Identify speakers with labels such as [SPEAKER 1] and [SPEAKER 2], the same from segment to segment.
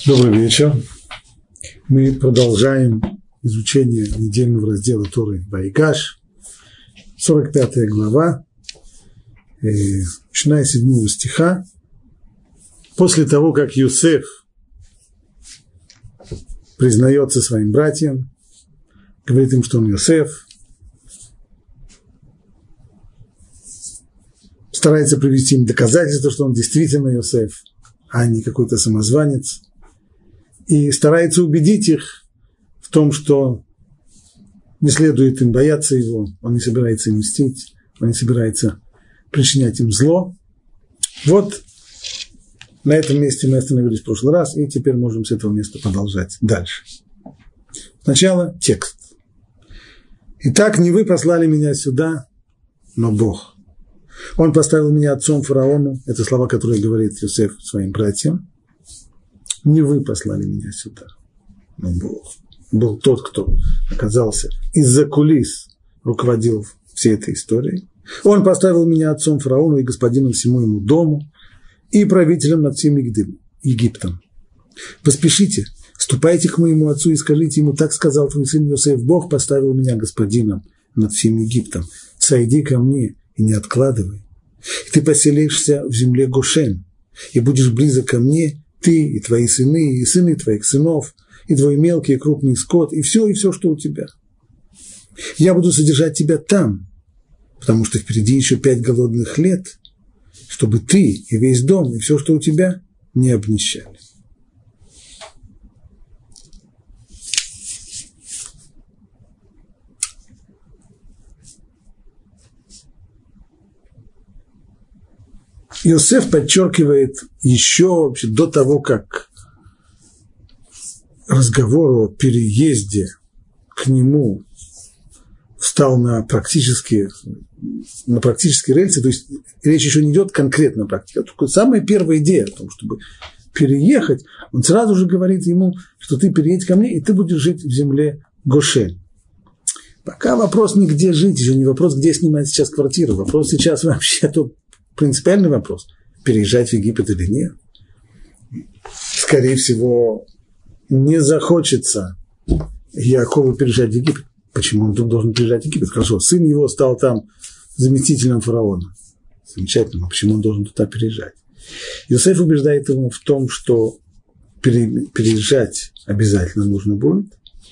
[SPEAKER 1] Добрый вечер. Мы продолжаем изучение недельного раздела Торы Ваикаш, 45 глава, начиная с 7 стиха. После того, как Йосеф признается своим братьям, говорит им, что он Йосеф, старается привести им доказательства, что он действительно Йосеф, а не какой-то самозванец, и старается убедить их в том, что не следует им бояться его, он не собирается им мстить, он не собирается причинять им зло. Вот на этом месте мы остановились в прошлый раз, и теперь можем с этого места продолжать дальше. Сначала текст. «Итак, не вы послали меня сюда, но Бог. Он поставил меня отцом фараону». Это слова, которые говорит Йосеф своим братьям. «Не вы послали меня сюда, но Бог. Был тот, кто оказался из-за кулис, руководил всей этой историей. Он поставил меня отцом фараону и господином всему ему дому, и правителем над всем Египтом. Поспешите, ступайте к моему отцу и скажите ему: так сказал твой сын Йосеф, Бог поставил меня господином над всем Египтом. Сойди ко мне и не откладывай. И ты поселишься в земле Гошен, и будешь близок ко мне, ты и твои сыны, и сыны твоих сынов, и твой мелкий и крупный скот, и все, что у тебя. Я буду содержать тебя там, потому что впереди еще 5 голодных лет, чтобы ты и весь дом, и все, что у тебя, не обнищали». Йосеф подчеркивает еще вообще до того, как разговор о переезде к нему встал на практические рельсы, то есть речь еще не идет конкретно о практике, а только самая первая идея о том, чтобы переехать, он сразу же говорит ему, что ты переедь ко мне, и ты будешь жить в земле Гошен. Пока вопрос не где жить, еще не вопрос, где снимать сейчас квартиру, вопрос сейчас вообще тут принципиальный вопрос, переезжать в Египет или нет. Скорее всего, не захочется Яакову переезжать в Египет. Почему он тут должен переезжать в Египет? Хорошо, сын его стал там заместителем фараона. Замечательно, но почему он должен туда переезжать? Йосеф убеждает его в том, что переезжать обязательно нужно будет.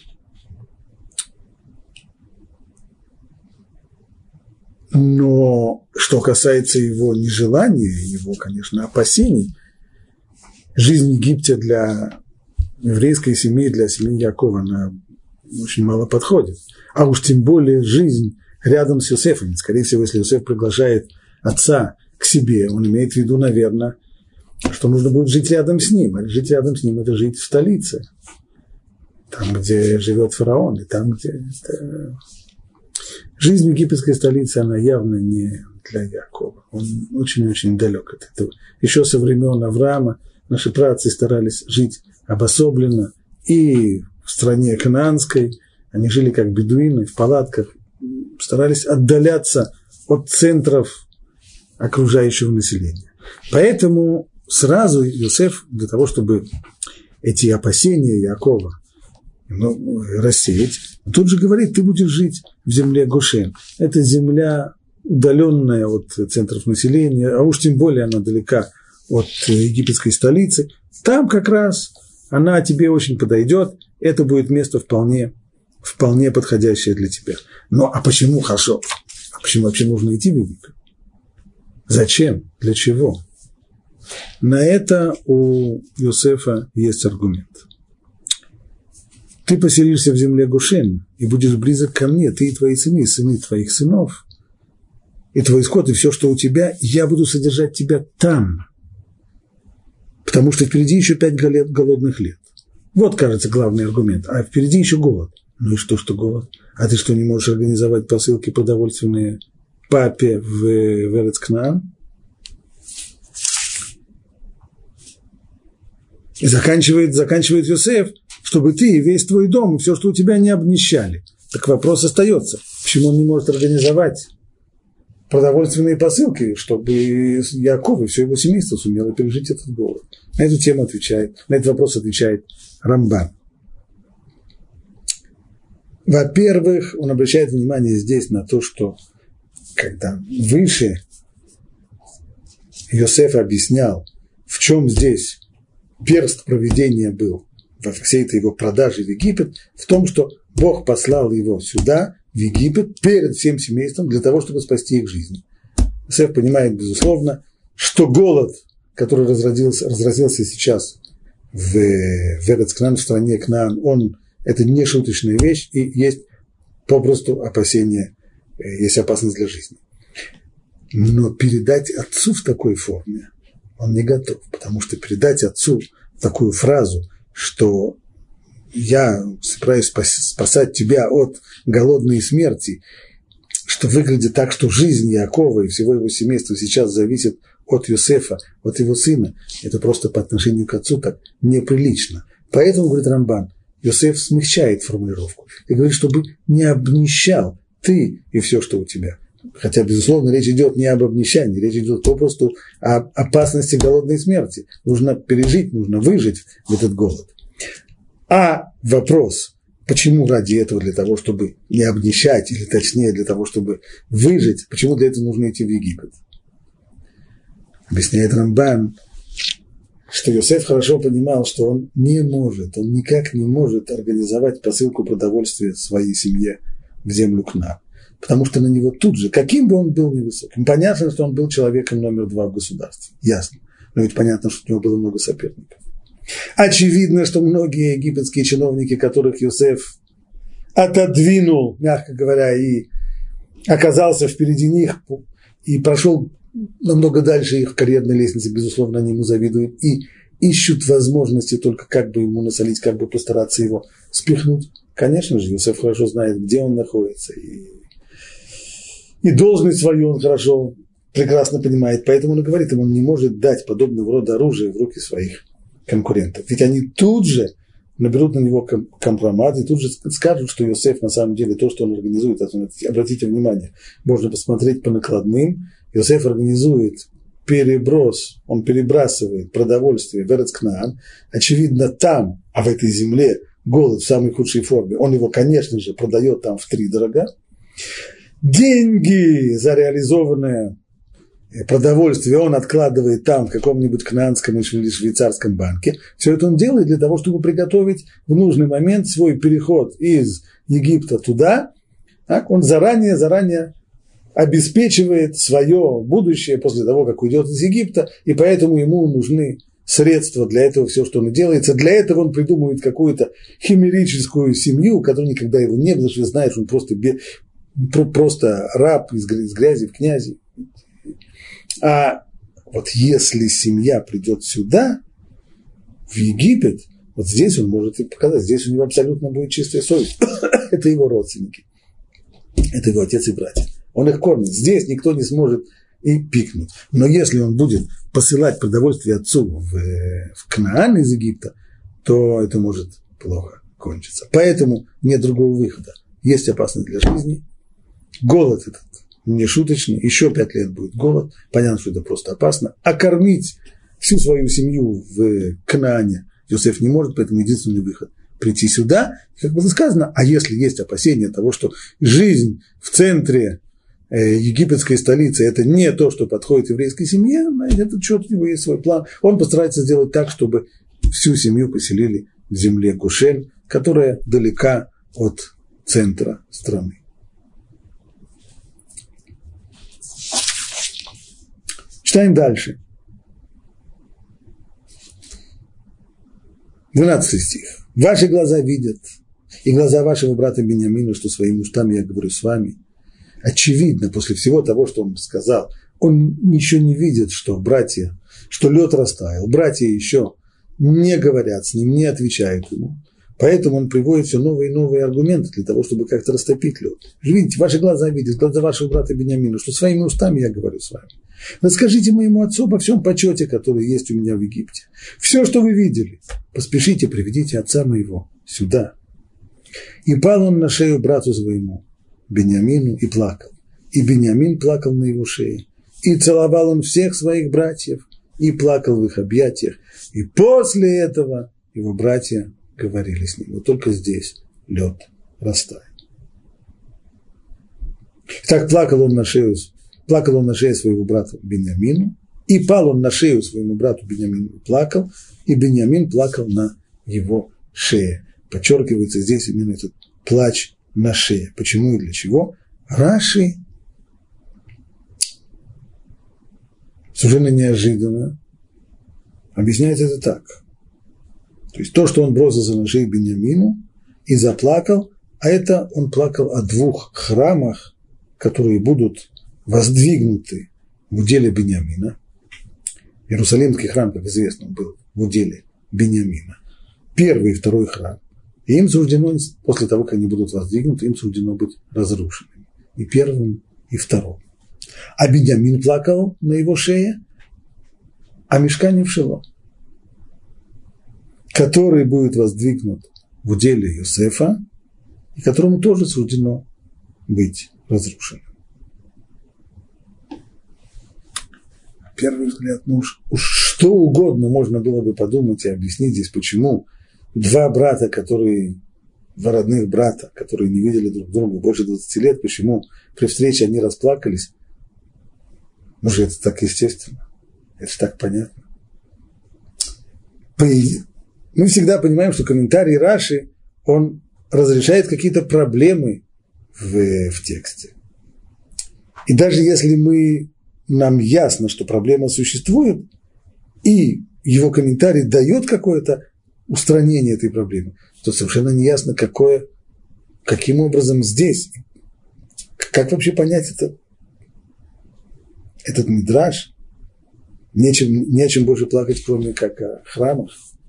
[SPEAKER 1] Но что касается его нежелания, его, конечно, опасений, жизнь в Египте для еврейской семьи, для семьи Яакова, она очень мало подходит. А уж тем более жизнь рядом с Йосефом. Скорее всего, если Йосеф приглашает отца к себе, он имеет в виду, наверное, что нужно будет жить рядом с ним. А жить рядом с ним – это жить в столице, там, где живет фараон, и там, где… Жизнь в египетской столице, она явно не для Яакова. Он очень-очень далек от этого. Еще со времен Авраама наши праотцы старались жить обособленно и в стране ханаанской. Они жили как бедуины в палатках, старались отдаляться от центров окружающего населения. Поэтому сразу Йосеф, для того, чтобы эти опасения Яакова рассеять, тут же говорит: ты будешь жить в земле Гошен. Это земля, удаленная от центров населения, а уж тем более она далека от египетской столицы. Там как раз она тебе очень подойдет, это будет место вполне подходящее для тебя. Ну, а почему хорошо? А почему вообще нужно идти в Египет? Зачем? Для чего? На это у Йосефа есть аргумент. Ты поселишься в земле Гошен и будешь близок ко мне, ты и твои сыны, сыны твоих сынов, и твой скот, и все, что у тебя, и я буду содержать тебя там, потому что впереди еще 5 голодных лет. Вот, кажется, главный аргумент. А впереди еще голод. Ну и что голод? А ты что, не можешь организовать посылки продовольственные папе в Эрец Кнаан? И заканчивает Йосеф, чтобы ты и весь твой дом, и все, что у тебя, не обнищали. Так вопрос остается. Почему он не может организовать продовольственные посылки, чтобы Яаков и все его семейство сумело пережить этот голод. На эту тему на этот вопрос отвечает Рамбан. Во-первых, он обращает внимание здесь на то, что когда выше Йосеф объяснял, в чем здесь перст провидения был во всей этой его продаже в Египет, в том, что Бог послал его сюда, в Египет, перед всем семейством, для того, чтобы спасти их жизнь. Йосеф понимает, безусловно, что голод, который разразился сейчас в Эрец Кнаан, в стране Кнаан, это не шуточная вещь, и есть попросту опасения, есть опасность для жизни. Но передать отцу в такой форме он не готов, потому что передать отцу такую фразу, что я собираюсь спасать тебя от голодной смерти, что выглядит так, что жизнь Яакова и всего его семейства сейчас зависит от Йосефа, от его сына, это просто по отношению к отцу так неприлично. Поэтому, говорит Рамбан, Йосеф смягчает формулировку и говорит, чтобы не обнищал ты и все, что у тебя. Хотя, безусловно, речь идет не об обнищании, речь идет попросту об опасности голодной смерти. Нужно пережить, нужно выжить в этот голод. А вопрос, почему ради этого, для того, чтобы не обнищать, или точнее для того, чтобы выжить, почему для этого нужно идти в Египет? Объясняет Рамбан, что Йосеф хорошо понимал, что он никак не может организовать посылку продовольствия своей семье в землю Кнаан. Потому что на него тут же, каким бы он был невысоким, понятно, что он был человеком номер 2 в государстве, ясно. Но ведь понятно, что у него было много соперников. Очевидно, что многие египетские чиновники, которых Йосеф отодвинул, мягко говоря, и оказался впереди них, и прошел намного дальше их карьерной лестницы, безусловно, они ему завидуют, и ищут возможности только как бы ему насолить, как бы постараться его спихнуть. Конечно же, Йосеф хорошо знает, где он находится, и должность свою он прекрасно понимает, поэтому он говорит, ему он не может дать подобного рода оружие в руки своих конкурентов. Ведь они тут же наберут на него компромат и тут же скажут, что Йосеф на самом деле то, что он организует, обратите внимание, можно посмотреть по накладным, Йосеф организует переброс, он перебрасывает продовольствие в Эрец Кнаан, очевидно там, а в этой земле голод в самой худшей форме, он его, конечно же, продает там втридорога. Деньги за реализованное продовольствие он откладывает там в каком-нибудь кнаанском или швейцарском банке. Все это он делает для того, чтобы приготовить в нужный момент свой переход из Египта туда. Так, он заранее обеспечивает свое будущее после того, как уйдет из Египта, и поэтому ему нужны средства для этого, все, что он делается. Для этого он придумывает какую-то химерическую семью, которая никогда его не было, что знаешь, он просто раб из грязи в князи. А вот если семья придет сюда, в Египет, вот здесь он может и показать, здесь у него абсолютно будет чистая совесть. Это его родственники, это его отец и братья. Он их кормит. Здесь никто не сможет и пикнуть. Но если он будет посылать продовольствие отцу в Кнаан из Египта, то это может плохо кончиться. Поэтому нет другого выхода. Есть опасность для жизни. Голод этот не шуточный. Еще 5 лет будет голод. Понятно, что это просто опасно. А кормить всю свою семью в Кнаане Йосеф не может, поэтому единственный выход – прийти сюда. Как было сказано, а если есть опасения того, что жизнь в центре египетской столицы – это не то, что подходит еврейской семье, этот что-то у него есть свой план. Он постарается сделать так, чтобы всю семью поселили в земле Гошен, которая далека от центра страны. Читаем дальше. 12 стих. «Ваши глаза видят, и глаза вашего брата Биньямина, что своими устами я говорю с вами». Очевидно, после всего того, что он сказал, он еще не видит, что лед растаял. Братья еще не говорят с ним, не отвечают ему. Поэтому он приводит все новые и новые аргументы для того, чтобы как-то растопить лед. Видите, ваши глаза видят, глаза вашего брата Биньямина, что своими устами я говорю с вами. Расскажите моему отцу обо всем почете, который есть у меня в Египте. Все, что вы видели, поспешите, приведите отца моего сюда. И пал он на шею брату своему Биньямину и плакал. и Биньямин плакал на его шее. И целовал он всех своих братьев, и плакал в их объятиях. И после этого его братья говорили с ним. Вот только здесь лед растаял. Так плакал он на шее своего брата Биньямину, и пал он на шею своему брату Биньямину и плакал, и Биньямин плакал на его шее. Подчеркивается здесь именно этот плач на шее. Почему и для чего? Раши совершенно неожиданно объясняет это так. То есть то, что он бросился на шею Биньямину и заплакал, а это он плакал о 2 храмах, которые будут воздвигнуты в уделе Биньямина. Иерусалимский храм, как известно, был в уделе Биньямина. 1 и 2 храм. И им суждено, после того, как они будут воздвигнуты, им суждено быть разрушенными. И 1, и 2. А Биньямин плакал на его шее о мишкане в Шило, который будет воздвигнут в уделе Йосефа, и которому тоже суждено быть разрушенным. На первый взгляд, уж что угодно можно было бы подумать и объяснить здесь, почему 2 брата, два родных брата, которые не видели друг друга больше 20 лет, почему при встрече они расплакались. Может, это так естественно, это так понятно. Мы всегда понимаем, что комментарий Раши, он разрешает какие-то проблемы в тексте. И даже если нам ясно, что проблема существует, и его комментарий дает какое-то устранение этой проблемы, то совершенно неясно, каким образом здесь, как вообще понять этот мидраш. Не о чем больше плакать, кроме как о храмах.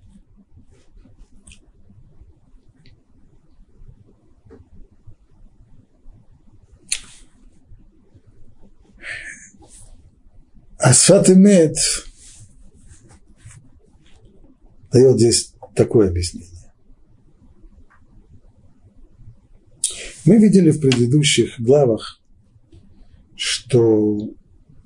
[SPEAKER 1] А Сфат Эмет дает здесь такое объяснение. Мы видели в предыдущих главах, что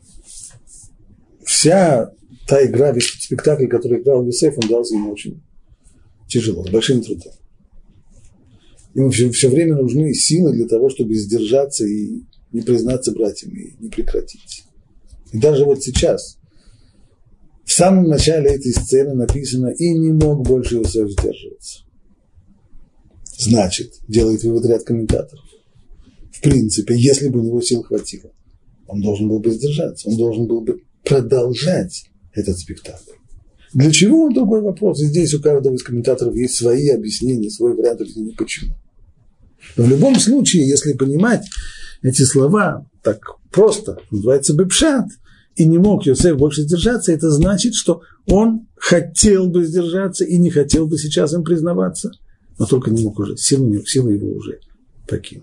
[SPEAKER 1] вся та игра, весь спектакль, который играл Йосеф, он дался ему очень тяжело, с большим трудом. Ему все время нужны силы для того, чтобы сдержаться и не признаться братьям, и не прекратить. И даже вот сейчас, в самом начале этой сцены написано: «И не мог больше Йосеф сдерживаться». Значит, делает вывод ряд комментаторов. В принципе, если бы у него сил хватило, он должен был бы сдержаться, он должен был бы продолжать этот спектакль. Для чего он — другой вопрос. И здесь у каждого из комментаторов есть свои объяснения, свой вариант объяснения, почему. Но в любом случае, если понимать эти слова так просто, называется бепшат, и не мог Йосеф больше сдержаться, это значит, что он хотел бы сдержаться и не хотел бы сейчас им признаваться, но только не мог уже, силы его уже покинули.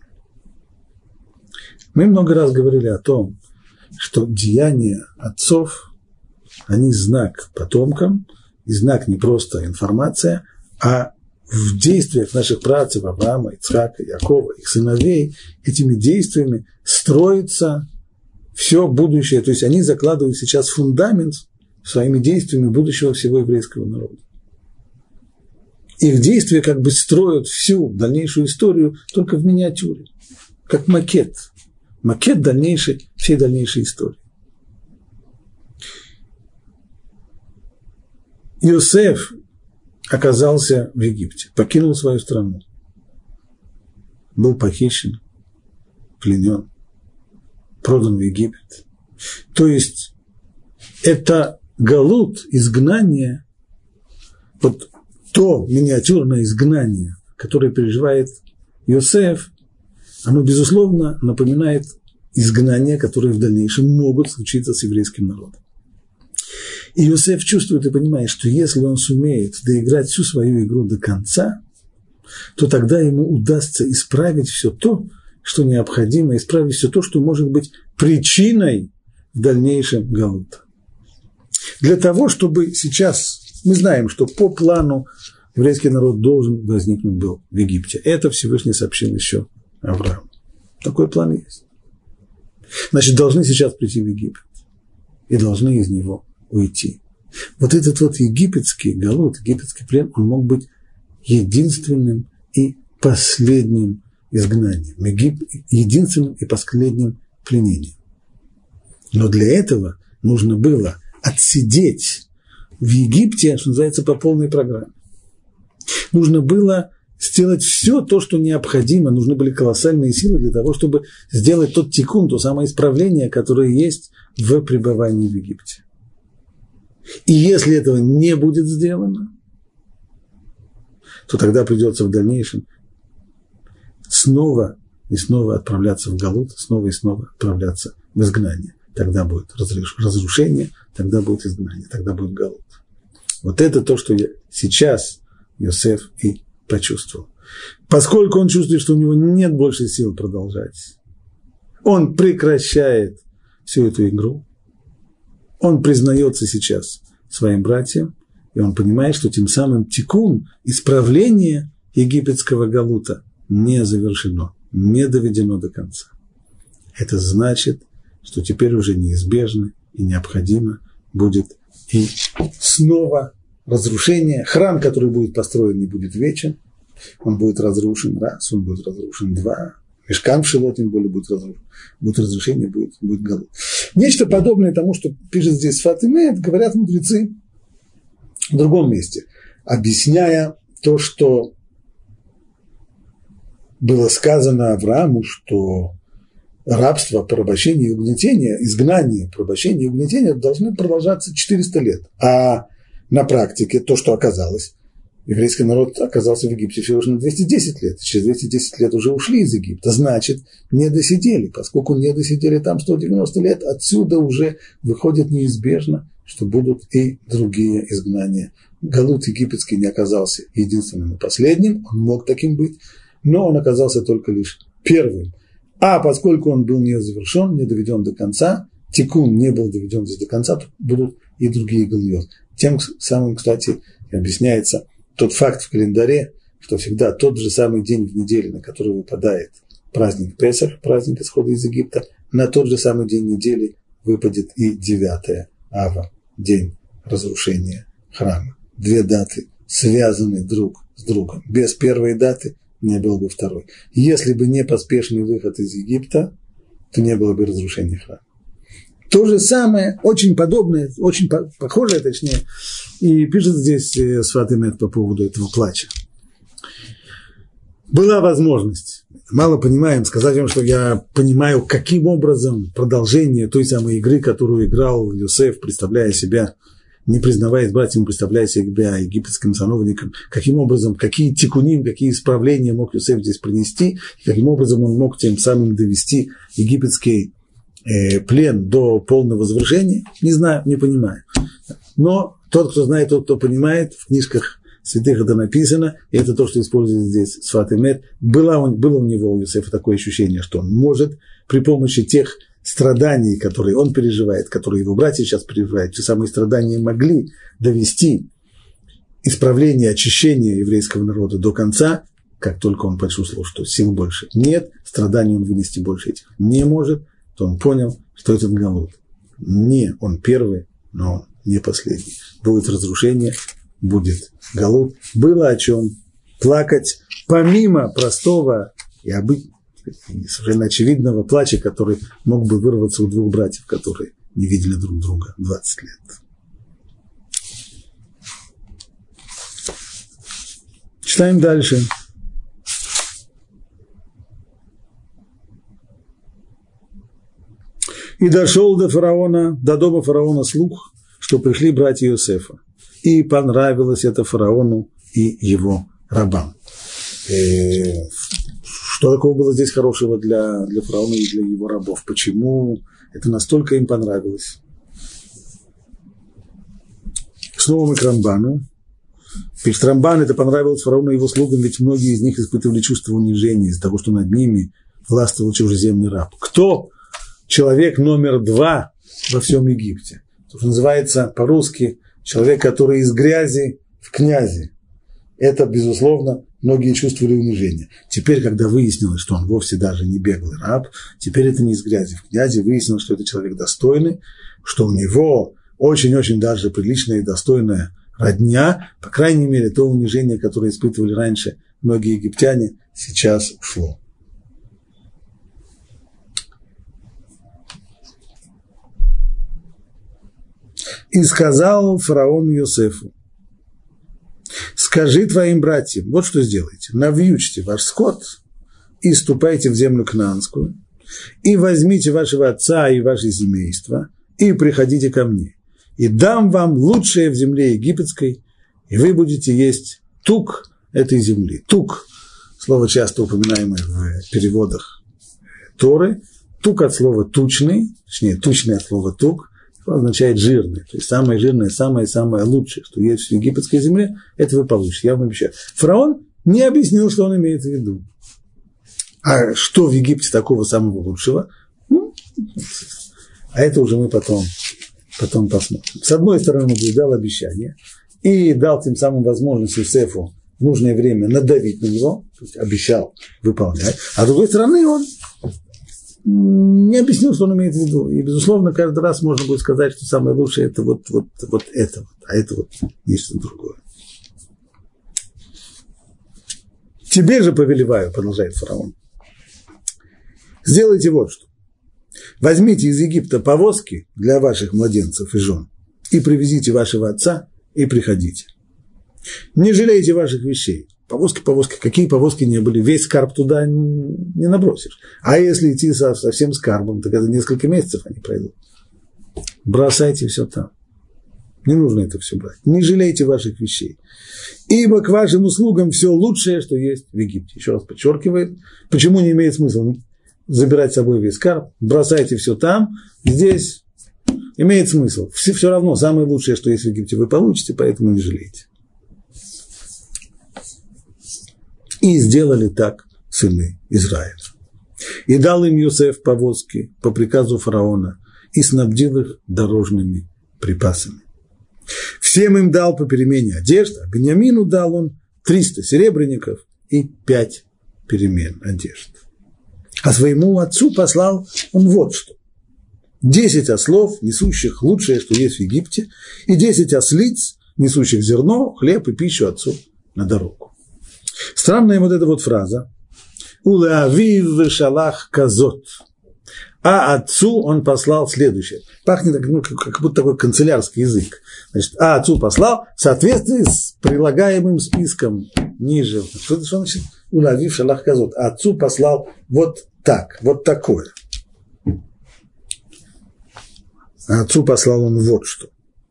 [SPEAKER 1] Мы много раз говорили о том, что деяния отцов, они знак потомкам, и знак не просто информация, а в действиях наших працев Авраама, Ицхака, Якова, их сыновей, этими действиями строится все будущее. То есть они закладывают сейчас фундамент своими действиями будущего всего еврейского народа. Их действия как бы строят всю дальнейшую историю только в миниатюре, как макет. Макет всей дальнейшей истории. Йосеф оказался в Египте, покинул свою страну, был похищен, пленен, продан в Египет. То есть это галут, изгнание, вот то миниатюрное изгнание, которое переживает Йосеф, оно, безусловно, напоминает изгнания, которые в дальнейшем могут случиться с еврейским народом. И Йосеф чувствует и понимает, что если он сумеет доиграть всю свою игру до конца, то тогда ему удастся исправить все то, что необходимо, исправить все то, что может быть причиной в дальнейшем галута. Для того, чтобы сейчас, мы знаем, что по плану еврейский народ должен возникнуть был в Египте. Это Всевышний сообщил еще Аврааму. Такой план есть. Значит, должны сейчас прийти в Египет и должны из него уйти. Вот этот вот египетский галут, египетский плен, он мог быть единственным и последним изгнанием, единственным и последним пленением. Но для этого нужно было отсидеть в Египте, что называется, по полной программе. Нужно было сделать все то, что необходимо. Нужны были колоссальные силы для того, чтобы сделать тот тикун, то самое исправление, которое есть в пребывании в Египте. И если этого не будет сделано, то тогда придется в дальнейшем снова и снова отправляться в галут, снова и снова отправляться в изгнание. Тогда будет разрушение, тогда будет изгнание, тогда будет галут. Вот это то, что сейчас Йосеф и почувствовал. Поскольку он чувствует, что у него нет больше сил продолжать, он прекращает всю эту игру, он признается сейчас своим братьям, и он понимает, что тем самым тикун, исправление египетского галута не завершено, не доведено до конца. Это значит, что теперь уже неизбежно и необходимо будет и снова разрушение. Храм, который будет построен, не будет вечен. Он будет разрушен раз, он будет разрушен два. Мишкан в Шило, тем более, будет разрушен. Будет разрушение, будет галут. Нечто подобное тому, что пишет здесь Сфат Эмет, говорят мудрецы в другом месте, объясняя то, что было сказано Аврааму, что рабство, порабощение и угнетение, изгнание, порабощение и угнетение должны продолжаться 400 лет. А на практике то, что оказалось, еврейский народ оказался в Египте всего лишь на 210 лет. Через 210 лет уже ушли из Египта. Значит, не досидели. Поскольку не досидели там 190 лет, отсюда уже выходит неизбежно, что будут и другие изгнания. Галут египетский не оказался единственным и последним. Он мог таким быть, но он оказался только лишь первым. А поскольку он был не завершен, не доведен до конца, тикун не был доведен здесь до конца, то будут и другие галуйот. Тем самым, кстати, объясняется тот факт в календаре, что всегда тот же самый день в неделе, на который выпадает праздник Песах, праздник исхода из Египта, на тот же самый день недели выпадет и 9 Ава, день разрушения храма. Две даты связаны друг с другом. Без первой даты не было бы второй. Если бы не поспешный выход из Египта, то не было бы разрушения храма. То же самое, очень подобное, очень похожее, точнее, и пишет здесь Сфат Эмет по поводу этого плача. Была возможность, мало понимаем, сказать вам, что я понимаю, каким образом продолжение той самой игры, которую играл Йосеф, представляя себя, не признаваясь братьям, представляя себя египетским сановником, каким образом, какие тикуним, какие исправления мог Йосеф здесь принести, и каким образом он мог тем самым довести египетский плен до полного завершения, не знаю, не понимаю. Но тот, кто знает, тот, кто понимает, в книжках святых это написано, и это то, что использует здесь Сфат Эмет. Было у него, у Йосефа, такое ощущение, что он может при помощи тех страданий, которые он переживает, которые его братья сейчас переживают, те самые страдания могли довести исправление, очищение еврейского народа до конца, как только он почувствовал, что сил больше нет, страданий он вынести больше этих не может, то он понял, что этот галут не он первый, но он не последний. Будет разрушение, будет галут. Было о чем плакать, помимо простого и совершенно очевидного плача, который мог бы вырваться у двух братьев, которые не видели друг друга 20 лет. Читаем дальше. И дошел до фараона, до дома фараона слух, что пришли братья Йосефа. И понравилось это фараону и его рабам. Что такого было здесь хорошего для фараона и для его рабов? Почему это настолько им понравилось? Снова мы к Рамбану. Пишет Рамбан, это понравилось фараону и его слугам, ведь многие из них испытывали чувство унижения из-за того, что над ними властвовал чужеземный раб. Кто человек номер 2 во всем Египте? То, что называется по-русски человек, который из грязи в князи. это, безусловно, многие чувствовали унижение. Теперь, когда выяснилось, что он вовсе даже не беглый раб, теперь это не из грязи в князи, выяснилось, что это человек достойный, что у него очень-очень даже приличная и достойная родня, по крайней мере, то унижение, которое испытывали раньше многие египтяне, сейчас ушло. И сказал фараон Йосефу: скажи твоим братьям, вот что сделайте, навьючьте ваш скот и ступайте в землю кнаанскую, и возьмите вашего отца и ваше семейство, и приходите ко мне, и дам вам лучшее в земле египетской, и вы будете есть тук этой земли. Тук – слово, часто упоминаемое в переводах Торы. Тук от слова тучный, точнее, тучный от слова тук, означает жирный. То есть самое жирное, самое-самое лучшее, что есть в египетской земле, это вы получите, я вам обещаю. Фараон не объяснил, что он имеет в виду. А что в Египте такого самого лучшего? А это уже мы потом посмотрим. С одной стороны, он дал обещание и дал тем самым возможность Йосефу в нужное время надавить на него, то есть обещал выполнять, а с другой стороны, он не объяснил, что он имеет в виду. И, безусловно, каждый раз можно будет сказать, что самое лучшее – это вот это вот, а это вот нечто другое. Тебе же повелеваю, продолжает фараон, сделайте вот что. Возьмите из Египта повозки для ваших младенцев и жен и привезите вашего отца и приходите. Не жалейте ваших вещей. Повозки, какие повозки не были, весь скарб туда не набросишь. А если идти со всем скарбом, так это несколько месяцев они пройдут. Бросайте все там. Не нужно это все брать. Не жалейте ваших вещей. Ибо к вашим услугам все лучшее, что есть в Египте. Еще раз подчеркивает, почему не имеет смысла забирать с собой весь скарб. Бросайте все там, здесь имеет смысл. Все равно самое лучшее, что есть в Египте, вы получите, поэтому не жалейте. И сделали так сыны Израиля. И дал им Йосеф повозки по приказу фараона и снабдил их дорожными припасами. Всем им дал по перемене одежды, а Беньямину дал он 300 серебряников и 5 перемен одежд. А своему отцу послал он вот что. 10 ослов, несущих лучшее, что есть в Египте, и 10 ослиц, несущих зерно, хлеб и пищу отцу на дорогу. Странная вот эта вот фраза. «Улеавив шалах казот». А отцу он послал следующее. Пахнет как будто такой канцелярский язык. Значит, а отцу послал в соответствии с прилагаемым списком ниже. Что значит «Улеавив шалах казот»? А отцу послал вот так, вот такое. А отцу послал он вот что.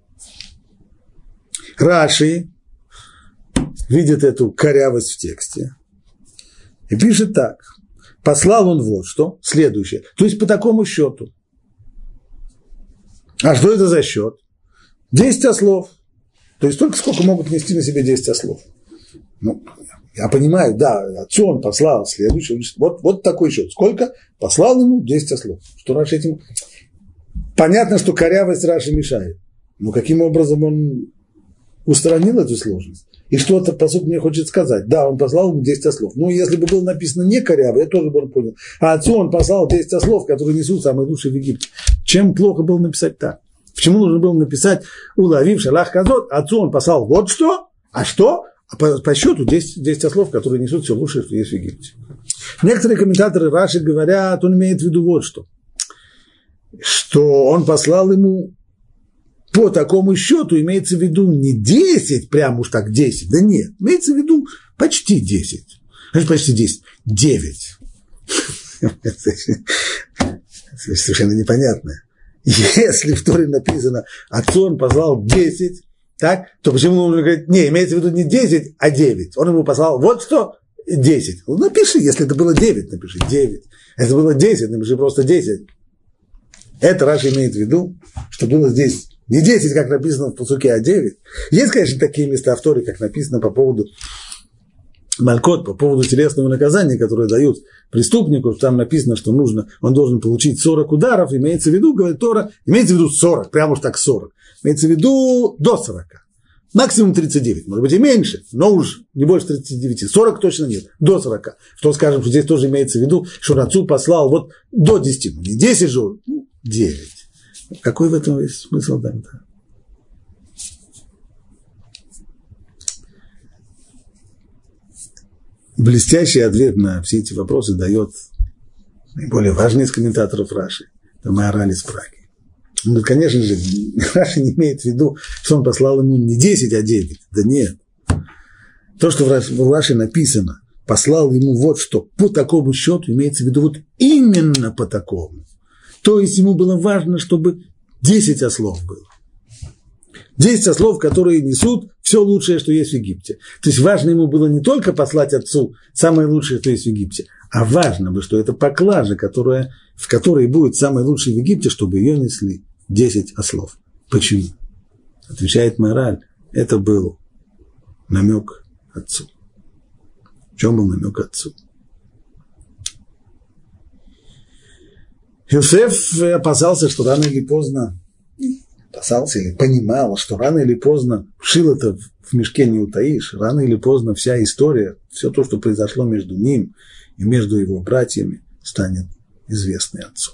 [SPEAKER 1] Раши видит эту корявость в тексте и пишет так. Послал он вот что, следующее. То есть по такому счету. А что это за счет? 10 ослов. То есть только сколько могут нести на себе 10 ослов. Ну, я понимаю, да, отцу он послал следующее. Вот такой счет. Сколько? Послал ему 10 ослов. Что Раши этим... Понятно, что корявость Раши мешает. Но каким образом он устранил эту сложность? И что-то, по сути, мне хочет сказать. Да, он послал ему 10 ослов. Ну, если бы было написано не коряво, я тоже бы понял. А отцу он послал 10 ослов, которые несут самые лучшие в Египте. Чем плохо было написать так? Почему нужно было написать «Улавив шалах казот»? Отцу он послал вот что, а что? А по счету 10 ослов, которые несут все лучшее, что есть в Египте. Некоторые комментаторы Раши говорят, он имеет в виду вот что. Что он послал ему по такому счету, имеется в виду не 10, прям уж так 10, да нет, имеется в виду почти 10. Значит, почти 10, 9. Совершенно непонятно. Если в Торе написано, отцу он послал 10, так, то почему он говорит, не, имеется в виду не 10, а 9. Он ему послал вот что, 10. Ну, напиши, если это было 9, напиши 9. Если было 10, напиши просто 10. Это Раши имеет в виду, что было здесь не 10, как написано в пасуке, а 9. Есть, конечно, такие места в Торе, как написано по поводу малькот, по поводу телесного наказания, которое дают преступнику, там написано, что он должен получить 40 ударов, имеется в виду, говорит Тора, имеется в виду 40, прямо уж так 40. Имеется в виду до 40. Максимум 39, может быть и меньше, но уж не больше 39, 40 точно нет, до 40. Что скажем, что здесь тоже имеется в виду, что Рацу послал вот до 10, не 10 же, 9. Какой в этом есть смысл тогда? Блестящий ответ на все эти вопросы дает наиболее важный из комментаторов Раши, это Маораль из Праги. Ну, конечно же, Раши не имеет в виду, что он послал ему не 10, а 9. Да нет. То, что в Раши написано, послал ему вот что, по такому счету, имеется в виду вот именно по такому. То есть ему было важно, чтобы 10 ослов было. 10 ослов, которые несут все лучшее, что есть в Египте. То есть важно ему было не только послать отцу самое лучшее, что есть в Египте, а важно было, что это поклажа, в которой будет самое лучшее в Египте, чтобы ее несли 10 ослов. Почему? Отвечает Маораль, это был намек отцу. В чем был намек отцу? Йосеф опасался, что рано или поздно, опасался или понимал, что рано или поздно шило-то в мешке не утаишь, рано или поздно вся история, все то, что произошло между ним и между его братьями, станет известной отцу.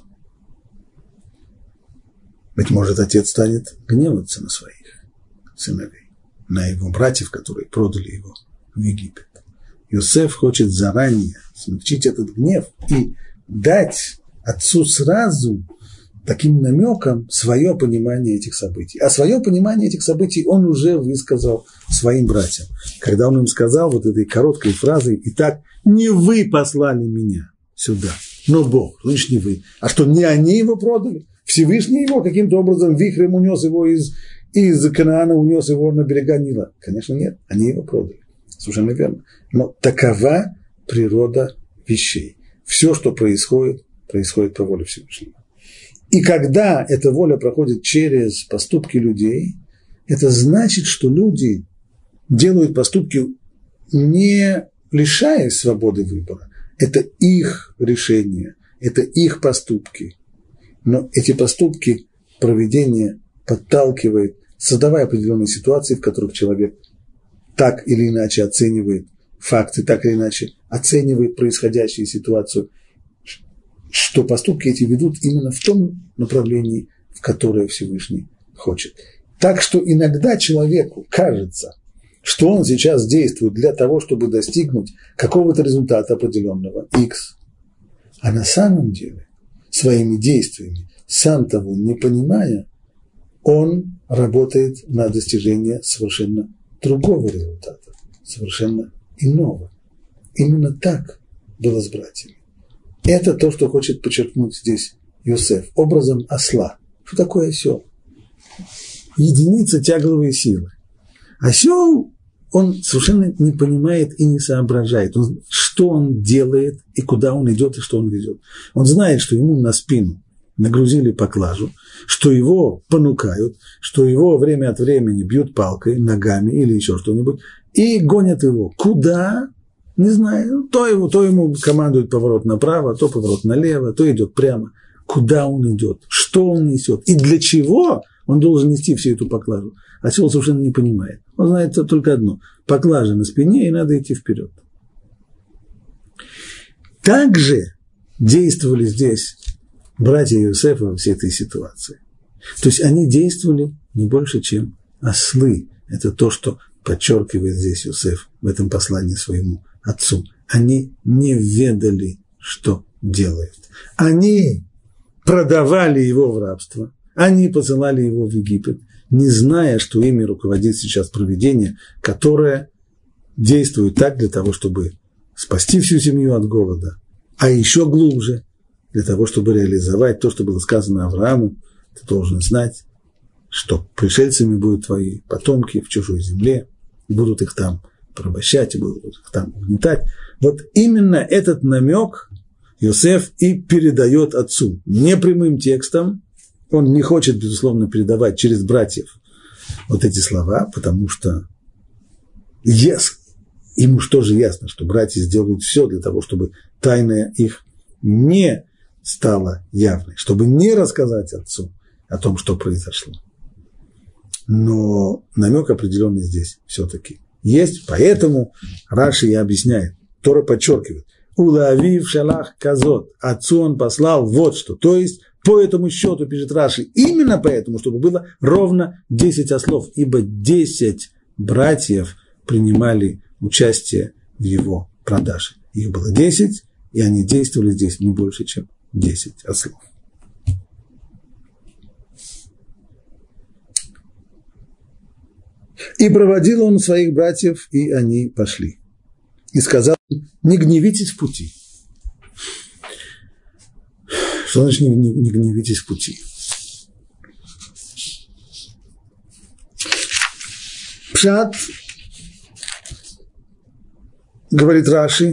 [SPEAKER 1] Быть может, отец станет гневаться на своих сыновей, на его братьев, которые продали его в Египет. Йосеф хочет заранее смягчить этот гнев и дать отцу сразу таким намеком свое понимание этих событий. А свое понимание этих событий он уже высказал своим братьям, когда он им сказал вот этой короткой фразой: «Итак, не вы послали меня сюда, но Бог». Значит, не вы. А что, не они его продали? Всевышний его каким-то образом вихрем унес его из Канаана, унес его на берега Нила? Конечно, нет, они его продали. Совершенно верно. Но такова природа вещей. Все, что происходит, происходит по воле Всевышнего. И когда эта воля проходит через поступки людей, это значит, что люди делают поступки, не лишаясь свободы выбора. Это их решение, это их поступки. Но эти поступки провидение подталкивает, создавая определенные ситуации, в которых человек так или иначе оценивает факты, так или иначе оценивает происходящую ситуацию, что поступки эти ведут именно в том направлении, в которое Всевышний хочет. Так что иногда человеку кажется, что он сейчас действует для того, чтобы достигнуть какого-то результата определенного, X, а на самом деле своими действиями, сам того не понимая, он работает на достижение совершенно другого результата, совершенно иного. Именно так было с братьями. Это то, что хочет подчеркнуть здесь Йосеф, образом осла. Что такое осел? Единица тягловой силы. Осел, он совершенно не понимает и не соображает, что он делает и куда он идет и что он ведет. Он знает, что ему на спину нагрузили поклажу, что его понукают, что его время от времени бьют палкой, ногами или еще что-нибудь, и гонят его. Куда? Не знаю. То ему командует поворот направо, то поворот налево, то идет прямо. Куда он идет? Что он несет? И для чего он должен нести всю эту поклажу? Осел совершенно не понимает. Он знает только одно. Поклажа на спине, и надо идти вперед. Также действовали здесь братья Йосефа во всей этой ситуации. То есть они действовали не больше, чем ослы. Это то, что подчеркивает здесь Йосеф в этом послании своему отцу. Они не ведали, что делают. Они продавали его в рабство. Они посылали его в Египет, не зная, что ими руководит сейчас провидение, которое действует так для того, чтобы спасти всю семью от голода, а еще глубже для того, чтобы реализовать то, что было сказано Аврааму. Ты должен знать, что пришельцами будут твои потомки в чужой земле, и будут их там порабощать, и будут их там угнетать. Вот именно этот намек Йосеф и передает отцу. Не прямым текстом, он не хочет, безусловно, передавать через братьев вот эти слова, потому что ему что же ясно, что братья сделают все для того, чтобы тайна их не стала явной, чтобы не рассказать отцу о том, что произошло. Но намек определенный здесь все-таки есть, поэтому Раши и объясняет, Тора подчеркивает, «Улавив шалах казот», отцу он послал вот что, то есть по этому счету, пишет Раши, именно поэтому, чтобы было ровно 10 ослов, ибо 10 братьев принимали участие в его продаже. Их было 10, и они действовали здесь не больше, чем 10 ослов. И проводил он своих братьев, и они пошли. И сказал: не гневитесь в пути. Что значит не гневитесь в пути? Пшат, говорит Раши,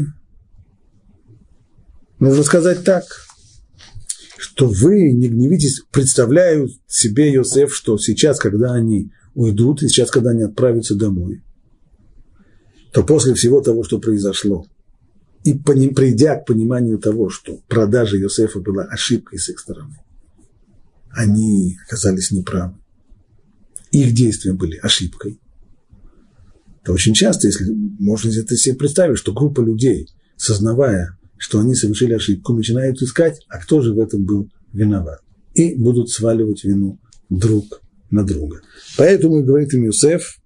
[SPEAKER 1] нужно сказать так, что вы не гневитесь, представляю себе, Йосеф, что сейчас, когда они уйдут, и сейчас, когда они отправятся домой, то после всего того, что произошло, и придя к пониманию того, что продажа Йосефа была ошибкой с их стороны, они оказались неправы, их действия были ошибкой, то очень часто, если можно это себе представить, что группа людей, сознавая, что они совершили ошибку, начинают искать, а кто же в этом был виноват, и будут сваливать вину друг на друга. Поэтому и говорит им Йосеф: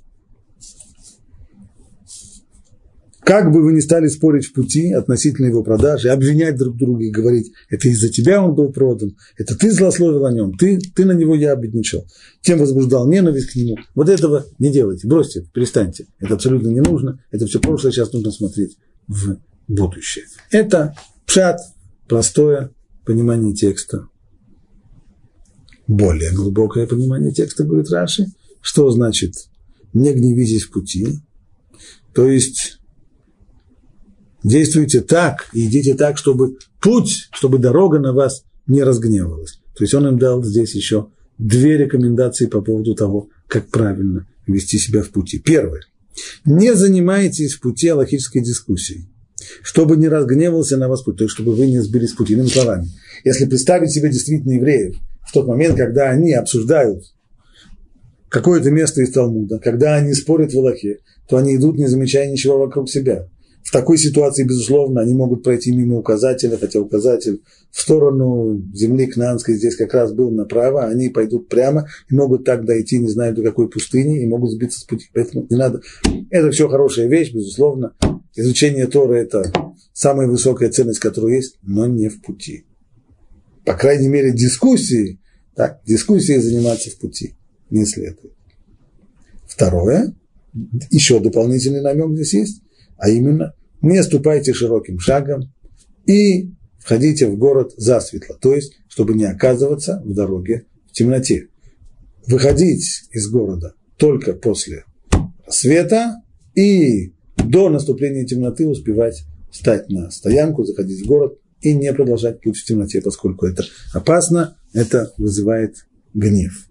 [SPEAKER 1] как бы вы ни стали спорить в пути относительно его продажи, обвинять друг друга и говорить: это из-за тебя он был продан, это ты злословил о нем, ты на него ябедничал, тем возбуждал ненависть к нему. Вот этого не делайте, бросьте, перестаньте. Это абсолютно не нужно, это все прошлое, сейчас нужно смотреть в будущее. Это пшат, простое понимание текста. Более глубокое понимание текста, говорит Раши, что значит не гневитесь в пути, то есть действуйте так и идите так, чтобы путь, чтобы дорога на вас не разгневалась. То есть он им дал здесь еще 2 рекомендации по поводу того, как правильно вести себя в пути. Первое. Не занимайтесь в пути алахической дискуссией, чтобы не разгневался на вас путь, то есть чтобы вы не сбились с пути. Иными словами, если представить себе действительно евреев в тот момент, когда они обсуждают какое-то место из Талмуда, когда они спорят в Алахе, то они идут, не замечая ничего вокруг себя. В такой ситуации, безусловно, они могут пройти мимо указателя, хотя указатель в сторону земли Кнаанской здесь как раз был направо, они пойдут прямо и могут так дойти, не знаю, до какой пустыни, и могут сбиться с пути. Поэтому не надо. Это все хорошая вещь, безусловно. Изучение Торы – это самая высокая ценность, которая есть, но не в пути. По крайней мере, дискуссией заниматься в пути не следует. Второе, еще дополнительный намек здесь есть, а именно, не ступайте широким шагом и входите в город засветло, то есть, чтобы не оказываться в дороге в темноте. Выходить из города только после рассвета и до наступления темноты успевать встать на стоянку, заходить в город и не продолжать путь в темноте, поскольку это опасно, это вызывает гнев.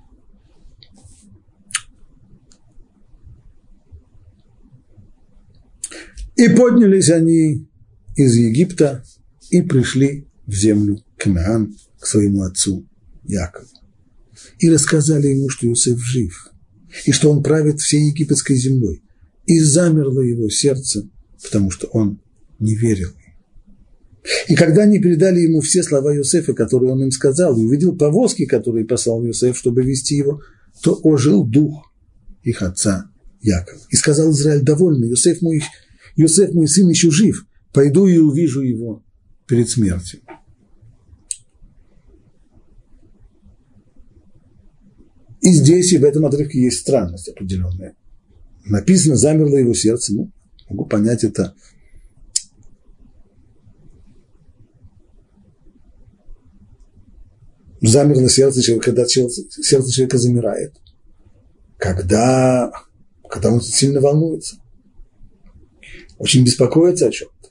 [SPEAKER 1] И поднялись они из Египта и пришли в землю Кнаан к своему отцу Якову. И рассказали ему, что Иосиф жив, и что он правит всей египетской землей. И замерло его сердце, потому что он не верил. И когда они передали ему все слова Иосифа, которые он им сказал, и увидел повозки, которые послал Иосиф, чтобы вести его, то ожил дух их отца Якова. И сказал Израиль: довольный, Иосиф мой сын еще жив, пойду и увижу его перед смертью. И здесь, и в этом отрывке есть странность определенная. Написано: замерло его сердце. Ну, могу понять это. Замерло сердце человека, когда сердце человека замирает. Когда он сильно волнуется. Очень беспокоится о чем-то.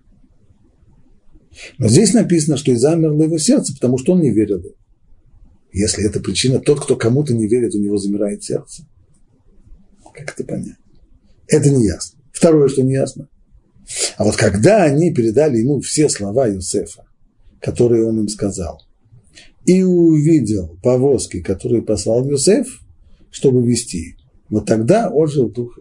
[SPEAKER 1] Но здесь написано, что и замерло его сердце, потому что он не верил. Если это причина, тот, кто кому-то не верит, у него замирает сердце. Как это понять? Это не ясно. Второе, что не ясно. А вот когда они передали ему все слова Йосефа, которые он им сказал, и увидел повозки, которые послал Йосеф, чтобы вести. Вот тогда ожил дух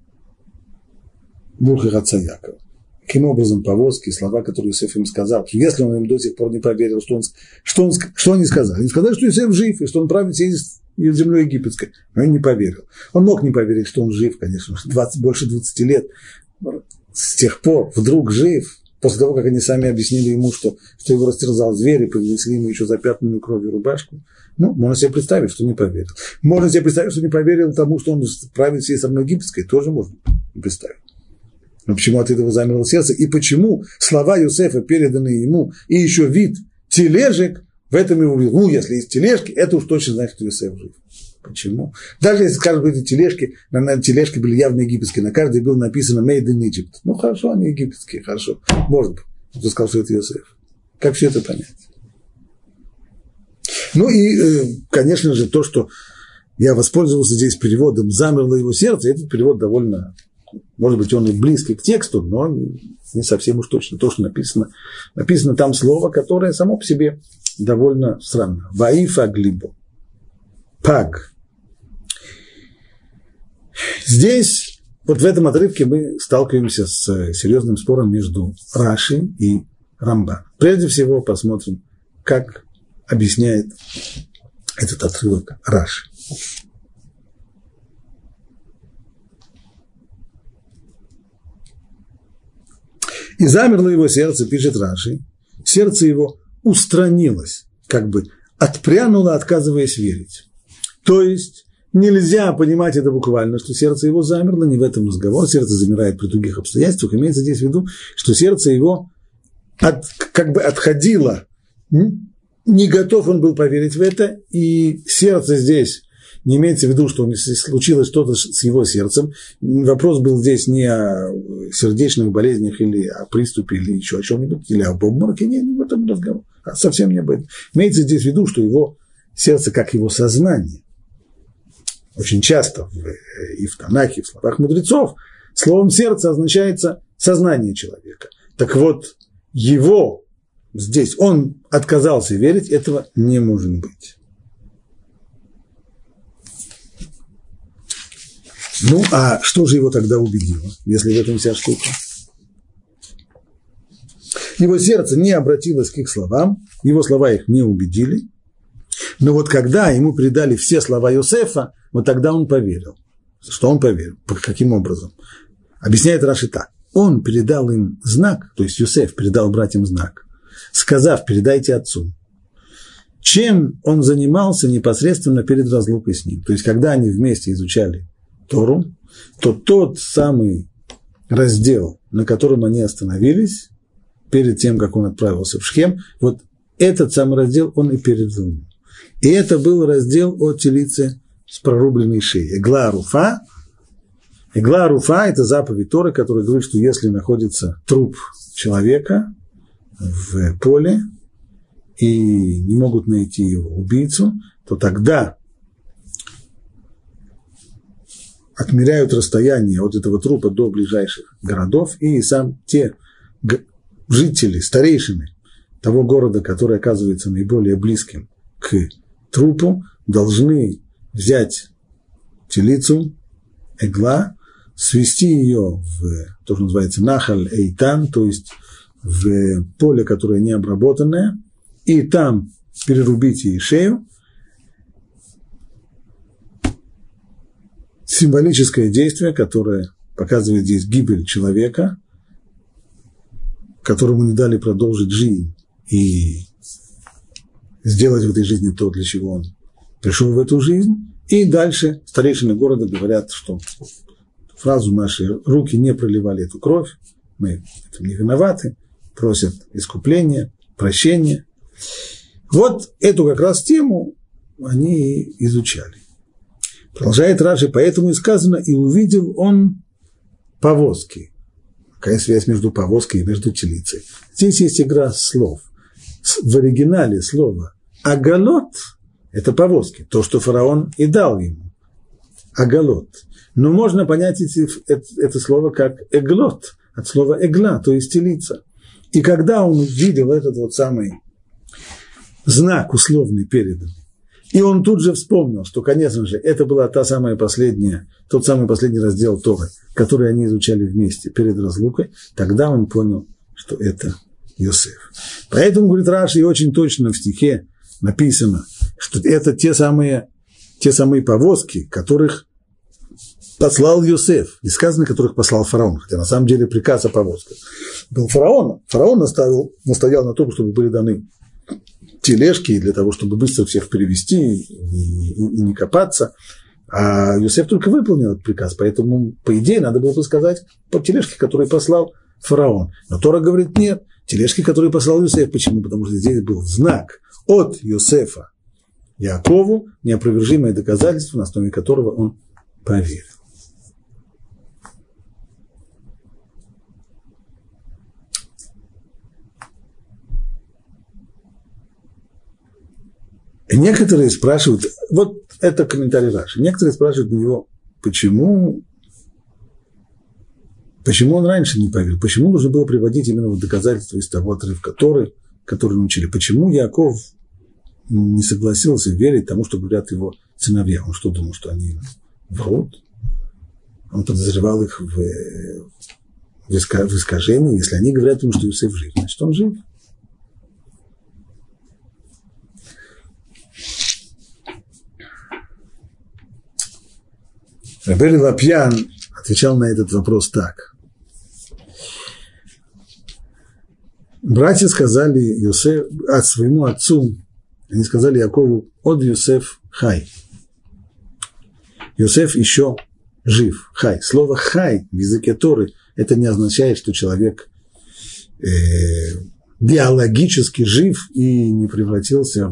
[SPEAKER 1] их отца Якова. Каким образом повозки, слова, которые Иосиф им сказал, что если он им до сих пор не поверил, что они сказали? Они сказали, что Иосиф жив, и что он правит всей землей египетской. Но он не поверил. Он мог не поверить, что он жив, конечно, больше 20 лет. С тех пор вдруг жив, после того, как они сами объяснили ему, что его растерзал зверь, и принесли ему еще запятнанную кровью рубашку. Можно себе представить, что не поверил. Можно себе представить, что не поверил тому, что он правит всей страной египетской, тоже можно представить. Но почему от этого замерло сердце? И почему слова Иосифа, переданные ему, и еще вид тележек, в этом его увидел. Если есть тележки, это уж точно значит, что Иосиф жив. Почему? Даже если, скажем, эти тележки, на тележке были явно египетские, на каждой было написано «Made in Egypt». Хорошо, они египетские, хорошо. Может быть. Кто сказал, что это Иосиф? Как все это понять? И, конечно же, то, что я воспользовался здесь переводом «замерло его сердце», этот перевод довольно... Может быть, он и близкий к тексту, но не совсем уж точно то, что написано. Написано там слово, которое само по себе довольно странно. «Ваифа глибо». Паг. Здесь, вот в этом отрывке мы сталкиваемся с серьезным спором между Раши и Рамбан. Прежде всего посмотрим, как объясняет этот отрывок Раши. И замерло его сердце, пишет Раши, сердце его устранилось, отпрянуло, отказываясь верить. То есть нельзя понимать это буквально, что сердце его замерло, не в этом разговор, сердце замирает при других обстоятельствах, имеется здесь в виду, что сердце его отходило, не готов он был поверить в это, и сердце здесь не имеется в виду, что случилось что-то с его сердцем. Вопрос был здесь не о сердечных болезнях или о приступе, или еще о чем-нибудь, или об обмороке, не в этом разговор, совсем не об этом. Имеется здесь в виду, что его сердце, как его сознание, очень часто и в Танахе, и в словах мудрецов, словом сердце означается сознание человека. Так вот, его здесь, он отказался верить, этого не может быть. А что же его тогда убедило, если в этом вся штука? Его сердце не обратилось к их словам, его слова их не убедили, но вот когда ему передали все слова Иосифа, вот тогда он поверил. Что он поверил? Каким образом? Объясняет Раши так. Он передал им знак, то есть Иосиф передал братьям знак, сказав: передайте отцу. Чем он занимался непосредственно перед разлукой с ним? То есть, когда они вместе изучали Тору, то тот самый раздел, на котором они остановились, перед тем, как он отправился в Шхем, вот этот самый раздел он и передал ему. И это был раздел о телице с прорубленной шеей. Эгла Руфа. Эгла Руфа – это заповедь Торы, которая говорит, что если находится труп человека в поле и не могут найти его убийцу, то тогда отмеряют расстояние от этого трупа до ближайших городов, и сам те жители, старейшины того города, который оказывается наиболее близким к трупу, должны взять телицу, эгла, свести ее в то, что называется нахаль эйтан, то есть в поле, которое не обработанное, и там перерубить ей шею. Символическое действие, которое показывает здесь гибель человека, которому не дали продолжить жизнь и сделать в этой жизни то, для чего он пришел в эту жизнь. И дальше старейшины города говорят, что фразу «наши руки не проливали эту кровь, мы в этом не виноваты», просят искупления, прощения. Вот эту как раз тему они и изучали. Продолжает Раши: поэтому и сказано, и увидел он повозки. Какая связь между повозкой и между телицей? Здесь есть игра слов. В оригинале слово «агалот» – это повозки, то, что фараон и дал ему. Агалот. Но можно понять это слово как эглот, от слова эгла, то есть телица. И когда он увидел этот вот самый знак условный переданный, И он тут же вспомнил, что, конечно же, это была тот самый последний раздел Торы, который они изучали вместе перед разлукой. Тогда он понял, что это Йосеф. Поэтому, говорит Раши, и очень точно в стихе написано, что это те самые повозки, которых послал Йосеф. Не сказано, которых послал фараон, хотя на самом деле приказ о повозках был фараона. Фараон настоял на том, чтобы были даны тележки для того, чтобы быстро всех перевести и не копаться. А Йосеф только выполнил этот приказ, поэтому, по идее, надо было бы сказать по тележке, которую послал фараон. Но Тора говорит, нет, тележки, которые послал Йосеф. Почему? Потому что здесь был знак от Йосефа Яакову, неопровержимое доказательство, на основе которого он поверил. И некоторые спрашивают, вот это комментарий Раши, некоторые спрашивают у него, почему он раньше не поверил, почему нужно было приводить именно вот доказательства из того отрывка Торы, который научили, почему Яаков не согласился верить тому, что говорят его сыновья. Он что, думал, что они врут? Он подозревал их в искажении. Если они говорят ему, что Йосеф жив, значит, он жив. Рабби Лапьян отвечал на этот вопрос так. Братья сказали своему отцу, они сказали Яакову, от Йосеф хай. Йосеф еще жив, хай. Слово хай в языке Торы, это не означает, что человек биологически жив и не превратился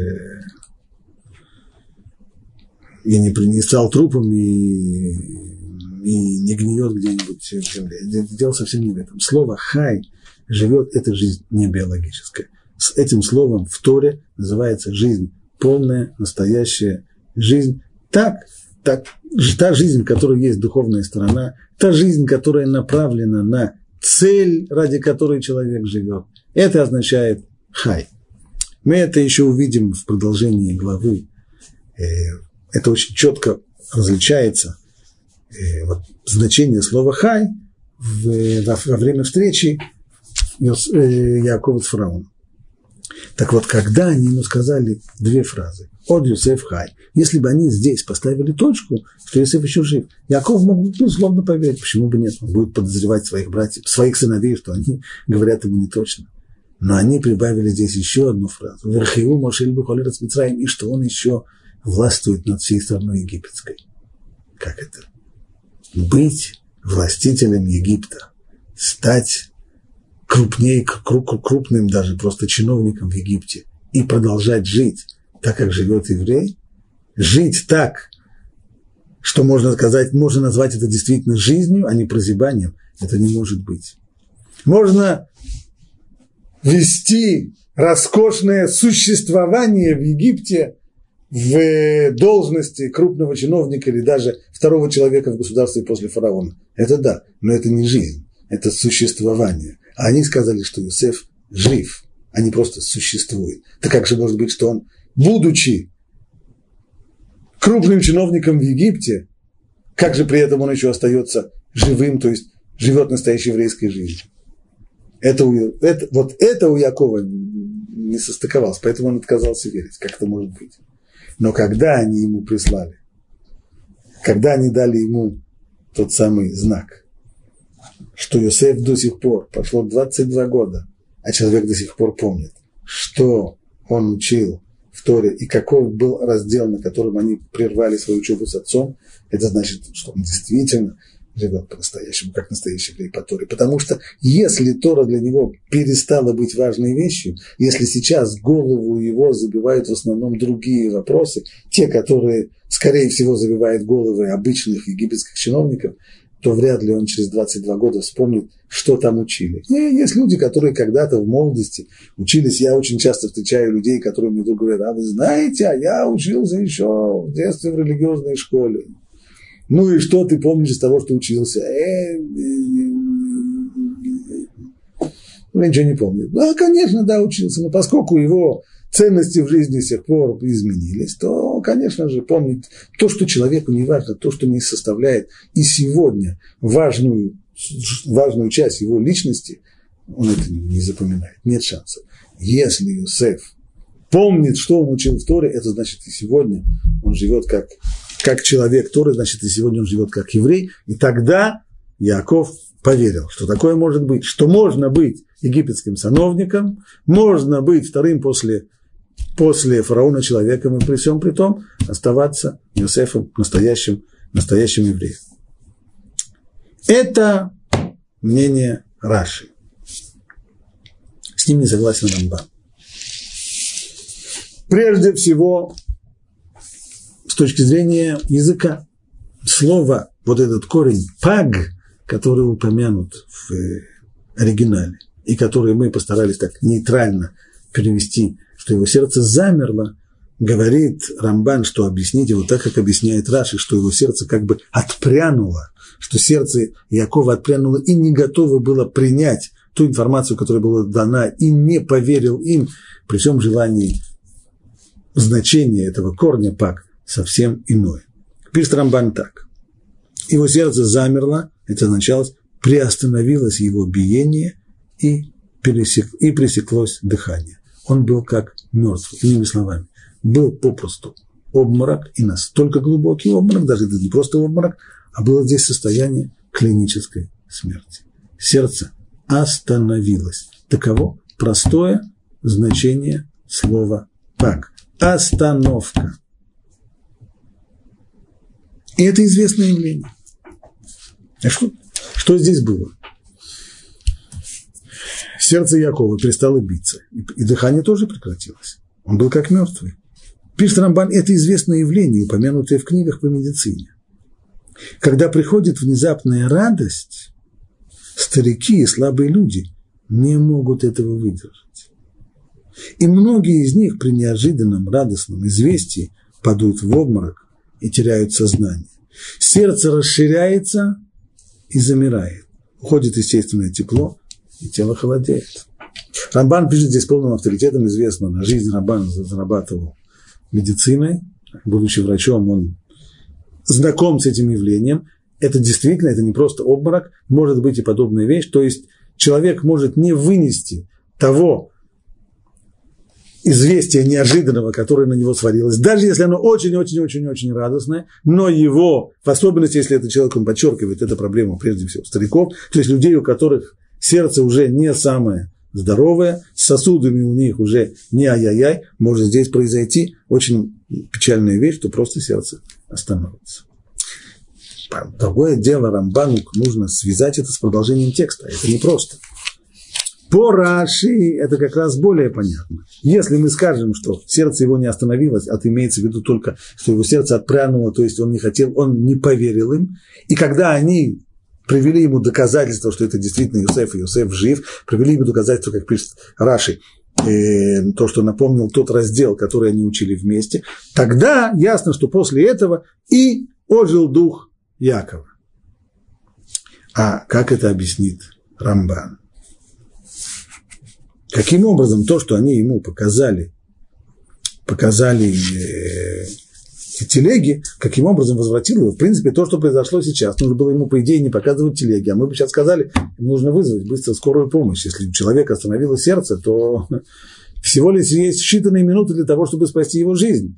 [SPEAKER 1] и не стал трупом, и не гниет где-нибудь в земле. Дело совсем не в этом. Слово «хай» живет, это жизнь не биологическая. С этим словом в Торе называется жизнь полная, настоящая жизнь. Та жизнь, в которой есть духовная сторона, та жизнь, которая направлена на цель, ради которой человек живет. Это означает «хай». Мы это еще увидим в продолжении главы. Это очень четко различается значение слова «хай» во время встречи Яакова с фараоном. Так вот, когда они ему сказали две фразы «От Йосеф хай», если бы они здесь поставили точку, что Йосеф еще жив, Яаков мог бы, безусловно, поверить, почему бы нет, он будет подозревать своих братьев, своих сыновей, что они говорят ему не точно. Но они прибавили здесь еще одну фразу «Верхиу Мошель бухолер с Мицраим», и что он еще властвует над всей страной египетской. Как это? Быть властителем Египта, стать крупным даже просто чиновником в Египте и продолжать жить так, как живет еврей, жить так, что можно назвать это действительно жизнью, а не прозябанием, это не может быть. Можно вести роскошное существование в Египте в должности крупного чиновника или даже второго человека в государстве после фараона. Это да, но это не жизнь, это существование. А они сказали, что Йосеф жив, а не просто существует. Так как же может быть, что он, будучи крупным чиновником в Египте, как же при этом он еще остается живым, то есть живет настоящей еврейской жизнью? Это у Яакова не состыковалось, поэтому он отказался верить, как это может быть. Но когда они ему прислали, когда они дали ему тот самый знак, что Йосеф до сих пор, прошло 22 года, а человек до сих пор помнит, что он учил в Торе и каков был раздел, на котором они прервали свою учебу с отцом, это значит, что он действительно живет по-настоящему, как настоящий еврей по Торе. Потому что если Тора для него перестала быть важной вещью, если сейчас голову его забивают в основном другие вопросы, те, которые, скорее всего, забивают головы обычных египетских чиновников, то вряд ли он через 22 года вспомнит, что там учили. И есть люди, которые когда-то в молодости учились. Я очень часто встречаю людей, которые мне вдруг говорят: а вы знаете, а я учился еще в детстве в религиозной школе. Ну и что ты помнишь из того, что учился? Я ничего не помню. Да, конечно, да, учился, но поскольку его ценности в жизни с тех пор изменились, то, конечно же, помнит то, что человеку не важно, то, что не составляет и сегодня важную часть его личности, он это не запоминает, нет шансов. Если Йосеф помнит, что он учил в Торе, это значит, и сегодня он живет как человек Торы, значит, и сегодня он живет как еврей, и тогда Яаков поверил, что такое может быть, что можно быть египетским сановником, можно быть вторым после фараона человеком, и при всем при том оставаться Йосефом настоящим евреем. Это мнение Раши. С ним не согласен Рамбан. Прежде всего, с точки зрения языка, слово, вот этот корень «паг», который упомянут в оригинале, и который мы постарались так нейтрально перевести, что его сердце замерло, говорит Рамбан, что объяснить его так, как объясняет Раши, что его сердце как бы отпрянуло, что сердце Яакова отпрянуло и не готово было принять ту информацию, которая была дана, и не поверил им, при всем желании значение этого корня «паг» совсем иное. Пишет Рамбан так. Его сердце замерло, это означало, приостановилось его биение и пресеклось дыхание. Он был как мертвый, иными словами. Был попросту обморок, и настолько глубокий обморок, даже это не просто обморок, а было здесь состояние клинической смерти. Сердце остановилось. Таково простое значение слова «паг». Остановка. И это известное явление. А что здесь было? Сердце Яакова перестало биться, и дыхание тоже прекратилось. Он был как мертвый. Пишет Рамбан, это известное явление, упомянутое в книгах по медицине. Когда приходит внезапная радость, старики и слабые люди не могут этого выдержать. И многие из них при неожиданном радостном известии падают в обморок и теряют сознание. Сердце расширяется и замирает. Уходит естественное тепло, и тело холодеет. Рамбан пишет здесь полным авторитетом, известно, на жизнь Рамбан зарабатывал медициной. Будучи врачом, он знаком с этим явлением. Это действительно, это не просто обморок, может быть и подобная вещь. То есть человек может не вынести того известия неожиданного, которое на него свалилось, даже если оно очень-очень-очень-очень радостное, но его, в особенности, если этот человек, он подчеркивает эту проблему, прежде всего, стариков, то есть людей, у которых сердце уже не самое здоровое, с сосудами у них уже не ай-яй-яй, может здесь произойти очень печальная вещь, что просто сердце остановится. Другое дело, Рамбану нужно связать это с продолжением текста, это непросто. По Раши это как раз более понятно. Если мы скажем, что сердце его не остановилось, а имеется в виду только, что его сердце отпрянуло, то есть он не хотел, он не поверил им, и когда они привели ему доказательства, что это действительно Йосеф, и Йосеф жив, привели ему доказательства, как пишет Раши, то, что напомнил тот раздел, который они учили вместе, тогда ясно, что после этого и ожил дух Яакова. А как это объяснит Рамбан? Каким образом то, что они ему показали телеги, каким образом возвратил его? В принципе, то, что произошло сейчас, нужно было ему, по идее, не показывать телеги, а мы бы сейчас сказали, нужно вызвать быстро скорую помощь. Если у человека остановилось сердце, то всего лишь есть считанные минуты для того, чтобы спасти его жизнь.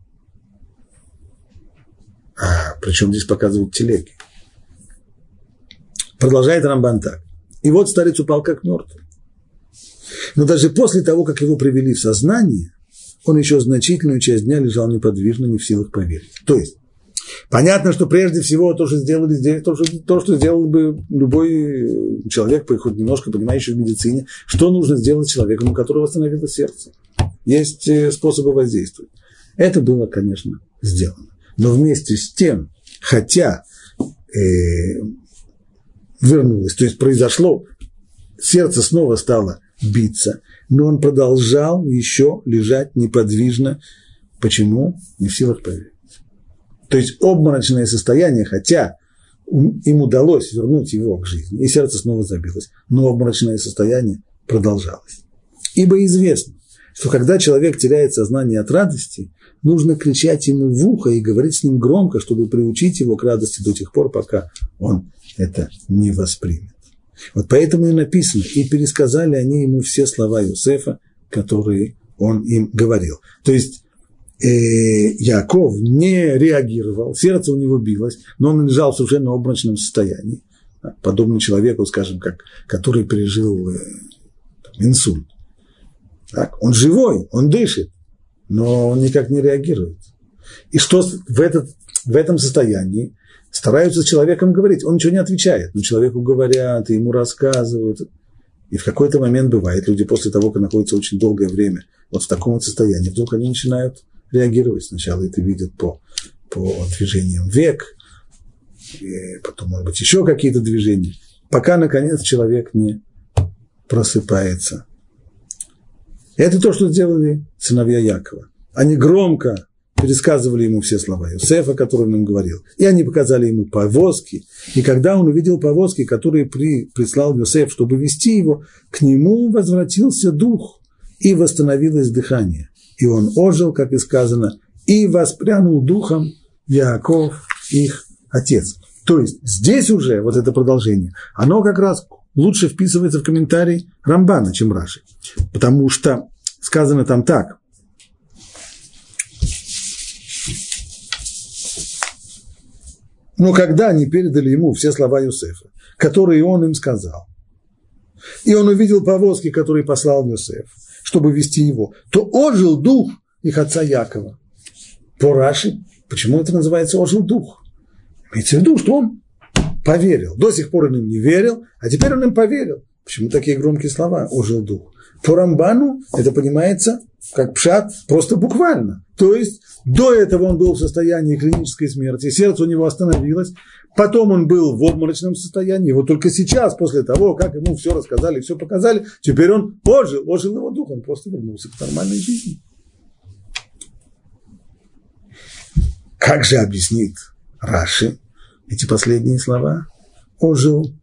[SPEAKER 1] А причем здесь показывают телеги? Продолжает Рамбан так. И вот старец упал как мертвый. Но даже после того, как его привели в сознание, он еще значительную часть дня лежал неподвижно, не в силах поверить. То есть, понятно, что прежде всего то, что сделали здесь, то, что сделал бы любой человек, хоть немножко понимающий в медицине, что нужно сделать человеком, у которого остановилось сердце. Есть способы воздействовать. Это было, конечно, сделано. Но вместе с тем, хотя вернулось, то есть произошло, сердце снова стало биться, но он продолжал еще лежать неподвижно. Почему? Не в силах поверить. То есть обморочное состояние, хотя им удалось вернуть его к жизни, и сердце снова забилось, но обморочное состояние продолжалось. Ибо известно, что когда человек теряет сознание от радости, нужно кричать ему в ухо и говорить с ним громко, чтобы приучить его к радости до тех пор, пока он это не воспримет. Вот поэтому и написано, и пересказали они ему все слова Йосефа, которые он им говорил. То есть Яаков не реагировал, сердце у него билось, но он лежал в совершенно обморочном состоянии, подобно человеку, скажем, который пережил инсульт. Так, он живой, он дышит, но он никак не реагирует. И что в этом состоянии стараются с человеком говорить, он ничего не отвечает, но человеку говорят, и ему рассказывают. И в какой-то момент бывает, люди после того, как находятся очень долгое время вот в таком вот состоянии, вдруг они начинают реагировать. Сначала это видят по движениям век, и потом, может быть, еще какие-то движения, пока, наконец, человек не просыпается. Это то, что сделали сыновья Якова. Они громко пересказывали ему все слова Йосефа, которые он им говорил. И они показали ему повозки. И когда он увидел повозки, которые прислал Йосеф, чтобы вести его, к нему возвратился дух, и восстановилось дыхание. И он ожил, как и сказано, и воспрянул духом Яаков, их отец. То есть здесь уже вот это продолжение, оно как раз лучше вписывается в комментарий Рамбана, чем Раши. Потому что сказано там так. Но когда они передали ему все слова Йосефа, которые он им сказал, и он увидел повозки, которые послал Йосеф, чтобы вести его, то ожил дух их отца Якова. По Раши, почему это называется ожил дух? Имеется в виду, что он поверил. До сих пор он им не верил, а теперь он им поверил. Почему такие громкие слова «ожил дух»? По Рамбану это понимается как пшат просто буквально. То есть до этого он был в состоянии клинической смерти, сердце у него остановилось, потом он был в обморочном состоянии, вот только сейчас, после того, как ему все рассказали, все показали, теперь он ожил его дух, он просто вернулся к нормальной жизни. Как же объяснит Раши эти последние слова? Ожил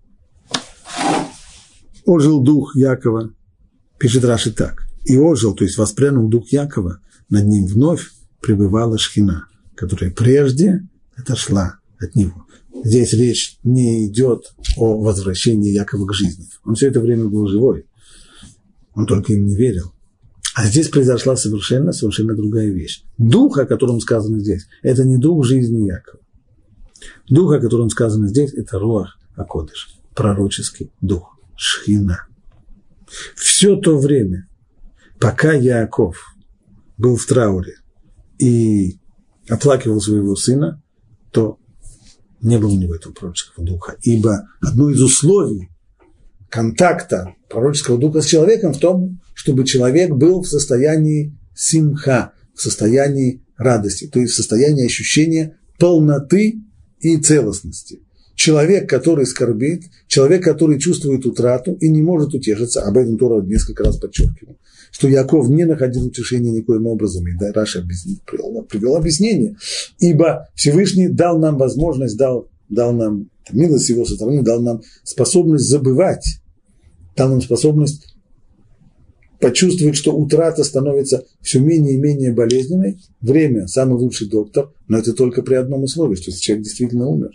[SPEAKER 1] дух Якова. Пишет Раши так. И ожил, то есть воспрянул дух Якова, над ним вновь пребывала шхина, которая прежде отошла от него. Здесь речь не идет о возвращении Якова к жизни. Он все это время был живой. Он только им не верил. А здесь произошла совершенно другая вещь. Дух, о котором сказано здесь, это не дух жизни Якова. Дух, о котором сказано здесь, это руах акодыш, пророческий дух, шхина. Все то время, пока Яаков был в трауре и оплакивал своего сына, то не было у него этого пророческого духа. Ибо одно из условий контакта пророческого духа с человеком в том, чтобы человек был в состоянии симха, в состоянии радости, то есть в состоянии ощущения полноты и целостности. Человек, который скорбит, человек, который чувствует утрату и не может утешиться, об этом Тора несколько раз подчеркивал, что Яаков не находил утешения никоим образом, и Раши привел объяснение, ибо Всевышний дал нам возможность, дал нам милость его со стороны, дал нам способность забывать, дал нам способность почувствовать, что утрата становится все менее и менее болезненной. Время – самый лучший доктор, но это только при одном условии, что если человек действительно умер.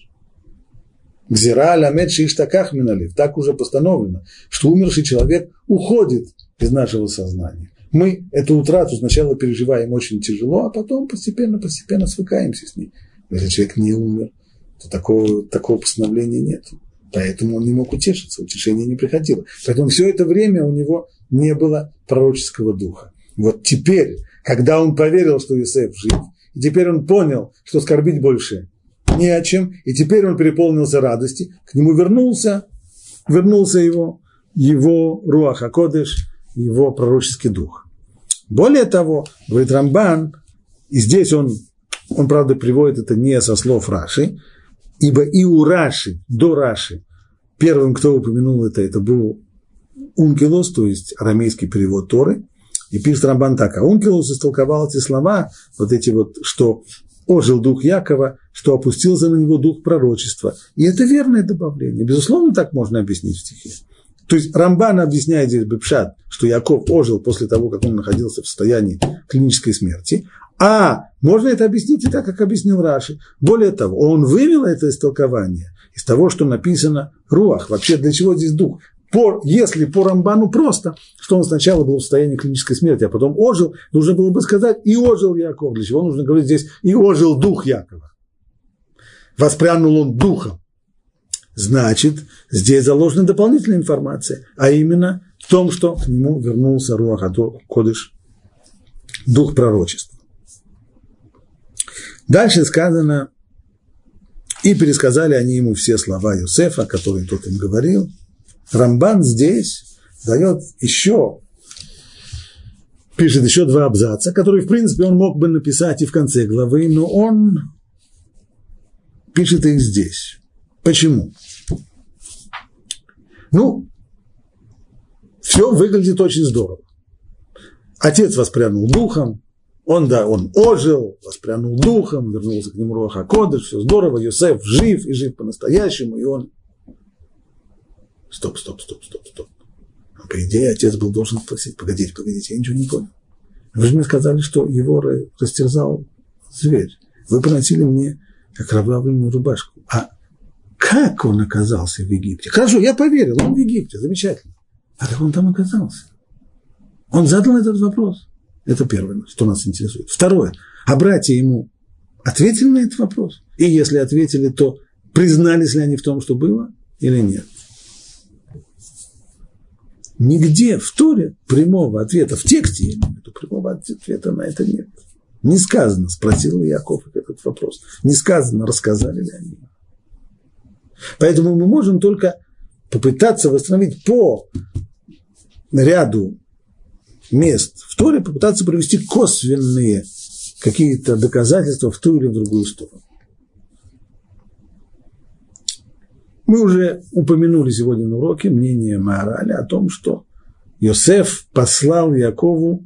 [SPEAKER 1] Гзира аламед шииштаках миналив. Так уже постановлено, что умерший человек уходит из нашего сознания. Мы эту утрату сначала переживаем очень тяжело, а потом постепенно свыкаемся с ней. Если человек не умер, то такого постановления нет. Поэтому он не мог утешиться, утешение не приходило. Поэтому все это время у него не было пророческого духа. Вот теперь, когда он поверил, что Йосеф жив, и теперь он понял, что скорбить больше не о чем, и теперь он переполнился радости, к нему вернулся его руах акодыш, его пророческий дух. Более того, говорит Рамбан, и здесь он правда приводит это не со слов Раши, ибо и у Раши, до Раши, первым, кто упомянул это был Ункилос, то есть арамейский перевод Торы, и пишет Рамбан так, а Ункилос истолковал эти слова, вот эти вот, что ожил дух Якова, что опустился на него дух пророчества. И это верное добавление. Безусловно, так можно объяснить в стихе. То есть Рамбан объясняет здесь Бепшат, что Яков ожил после того, как он находился в состоянии клинической смерти. А можно это объяснить и так, как объяснил Раши. Более того, он вывел это истолкование из того, что написано руах. Вообще, для чего здесь дух? Если по Рамбану просто, что он сначала был в состоянии клинической смерти, а потом ожил, нужно было бы сказать и ожил Яков. Для чего нужно говорить здесь и ожил дух Якова? Воспрянул он духом. Значит, здесь заложена дополнительная информация, а именно в том, что к нему вернулся руах кодыш, дух пророчества. Дальше сказано, и пересказали они ему все слова Йосефа, которые тот им говорил. Рамбан здесь пишет еще 2 абзаца, которые, в принципе, он мог бы написать и в конце главы, но он пишет их здесь. Почему? Все выглядит очень здорово. Отец воспрянул духом, он ожил, воспрянул духом, вернулся к нему руах ха-кодеш, все здорово, Йосеф жив и жив по-настоящему, и он... Стоп. По идее, отец был должен спросить, погодите, я ничего не понял. Вы же мне сказали, что его растерзал зверь. Вы приносили мне окровавленную рубашку. А как он оказался в Египте? Хорошо, я поверил, он в Египте, замечательно. А как он там оказался? Он задал этот вопрос. Это первое, что нас интересует. Второе, а братья ему ответили на этот вопрос? И если ответили, то признались ли они в том, что было, или нет? Нигде в Торе прямого ответа, в тексте, я имею в виду, прямого ответа на это нет. Не сказано, спросил ли Яков этот вопрос. Не сказано, рассказали ли они. Поэтому мы можем только попытаться восстановить по ряду мест в Торе, попытаться привести косвенные какие-то доказательства в ту или в другую сторону. Мы уже упомянули сегодня на уроке мнение Маораля о том, что Йосеф послал Якову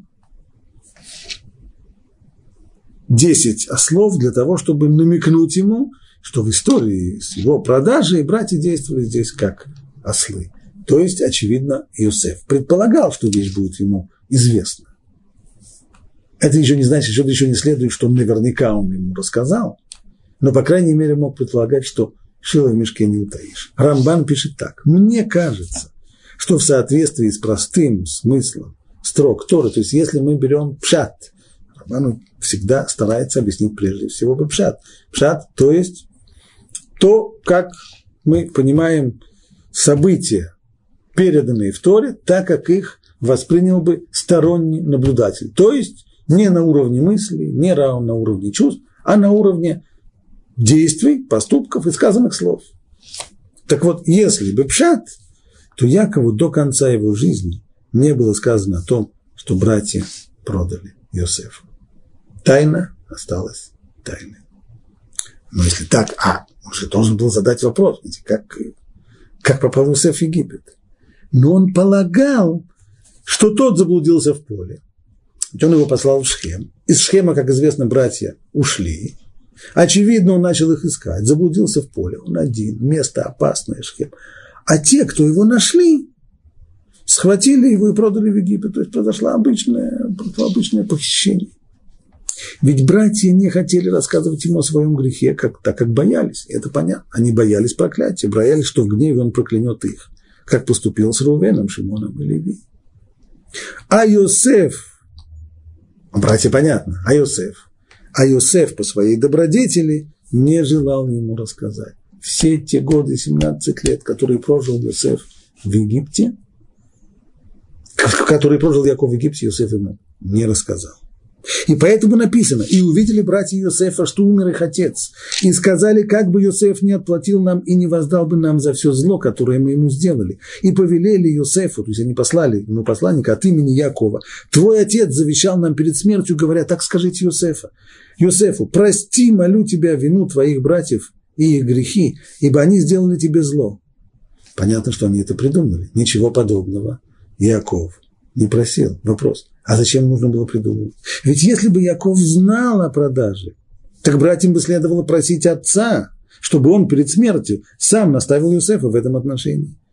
[SPEAKER 1] 10 ослов для того, чтобы намекнуть ему, что в истории с его продажей братья действовали здесь как ослы. То есть, очевидно, Йосеф предполагал, что вещь будет ему известна. Это еще не значит, что это еще не следует, что наверняка он ему рассказал, но, по крайней мере, мог предполагать, что шило в мешке не утаишь. Рамбан пишет так. Мне кажется, что в соответствии с простым смыслом строк Торы, то есть если мы берем пшат, Рамбан всегда старается объяснить прежде всего пшат. Пшат, то есть то, как мы понимаем события, переданные в Торе, так как их воспринял бы сторонний наблюдатель. То есть не на уровне мыслей, не на уровне чувств, а на уровне действий, поступков и сказанных слов. Так вот, если бы пшат, то Якову до конца его жизни не было сказано о том, что братья продали Йосефа. Тайна осталась тайной. Но если так, он же должен был задать вопрос, как попал Йосеф в Египет. Но он полагал, что тот заблудился в поле. Он его послал в Шхем. Из Шхема, как известно, братья ушли. Очевидно, он начал их искать, заблудился в поле, он один, место опасное, Шхем. А те, кто его нашли, схватили его и продали в Египет. То есть произошло обычное похищение. Ведь братья не хотели рассказывать ему о своем грехе, так как боялись. Это понятно. Они боялись проклятия, боялись, что в гневе он проклянет их, как поступил с Рувеном, Шимоном и Леви. А Йосеф, братья понятно, а Йосеф по своей добродетели не желал ему рассказать. Все те годы, 17 лет, которые прожил Йосеф в Египте, которые прожил Яков в Египте, Йосеф ему не рассказал. И поэтому написано, и увидели братья Йосефа, что умер их отец, и сказали, как бы Йосеф не отплатил нам и не воздал бы нам за все зло, которое мы ему сделали. И повелели Йосефу, то есть они послали ему посланника от имени Якова, твой отец завещал нам перед смертью, говоря, так скажите Йосефу, прости, молю тебя, вину твоих братьев и их грехи, ибо они сделали тебе зло. Понятно, что они это придумали. Ничего подобного Яков не просил. Вопрос, а зачем нужно было придумывать? Ведь если бы Яков знал о продаже, так братьям бы следовало просить отца, чтобы он перед смертью сам наставил Йосефа в этом отношении.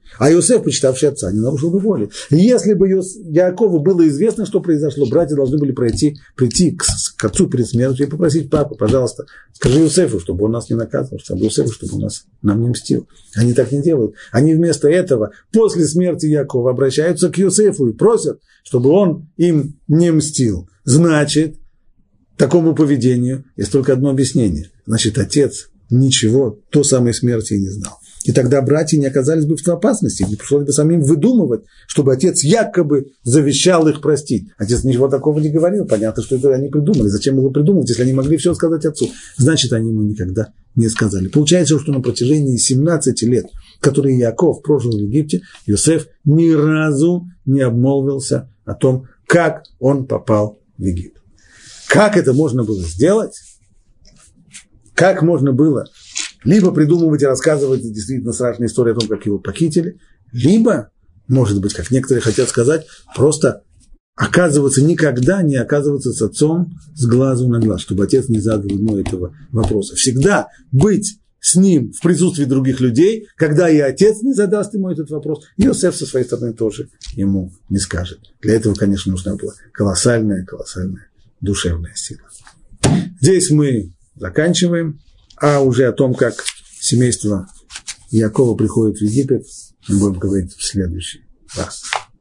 [SPEAKER 1] А Иосиф, почитавший отца, не нарушил бы воли. Если бы Яакову было известно, что произошло, братья должны были прийти к отцу перед смертью и попросить: папа, пожалуйста, скажи Иосифу, чтобы он нас не наказывал, скажи Иосифу, чтобы он нам не мстил. Они так не делают. Они вместо этого, после смерти Яакова, обращаются к Иосифу и просят, чтобы он им не мстил. Значит, такому поведению есть только одно объяснение. Значит, отец ничего до самой смерти не знал. И тогда братья не оказались бы в опасности, не пришлось бы самим выдумывать, чтобы отец якобы завещал их простить. Отец ничего такого не говорил, понятно, что это они придумали. Зачем его придумывать, если они могли все сказать отцу? Значит, они ему никогда не сказали. Получается, что на протяжении 17 лет, которые Яаков прожил в Египте, Йосеф ни разу не обмолвился о том, как он попал в Египет. Как это можно было сделать? Как можно было либо придумывать и рассказывать действительно страшные истории о том, как его похитили, либо, может быть, как некоторые хотят сказать, просто никогда не оказываться с отцом с глазу на глаз, чтобы отец не задал ему этого вопроса. Всегда быть с ним в присутствии других людей, когда и отец не задаст ему этот вопрос, и Йосеф со своей стороны тоже ему не скажет. Для этого, конечно, нужна была колоссальная душевная сила. Здесь мы заканчиваем. А уже о том, как семейство Яакова приходит в Египет, мы будем говорить в следующий раз.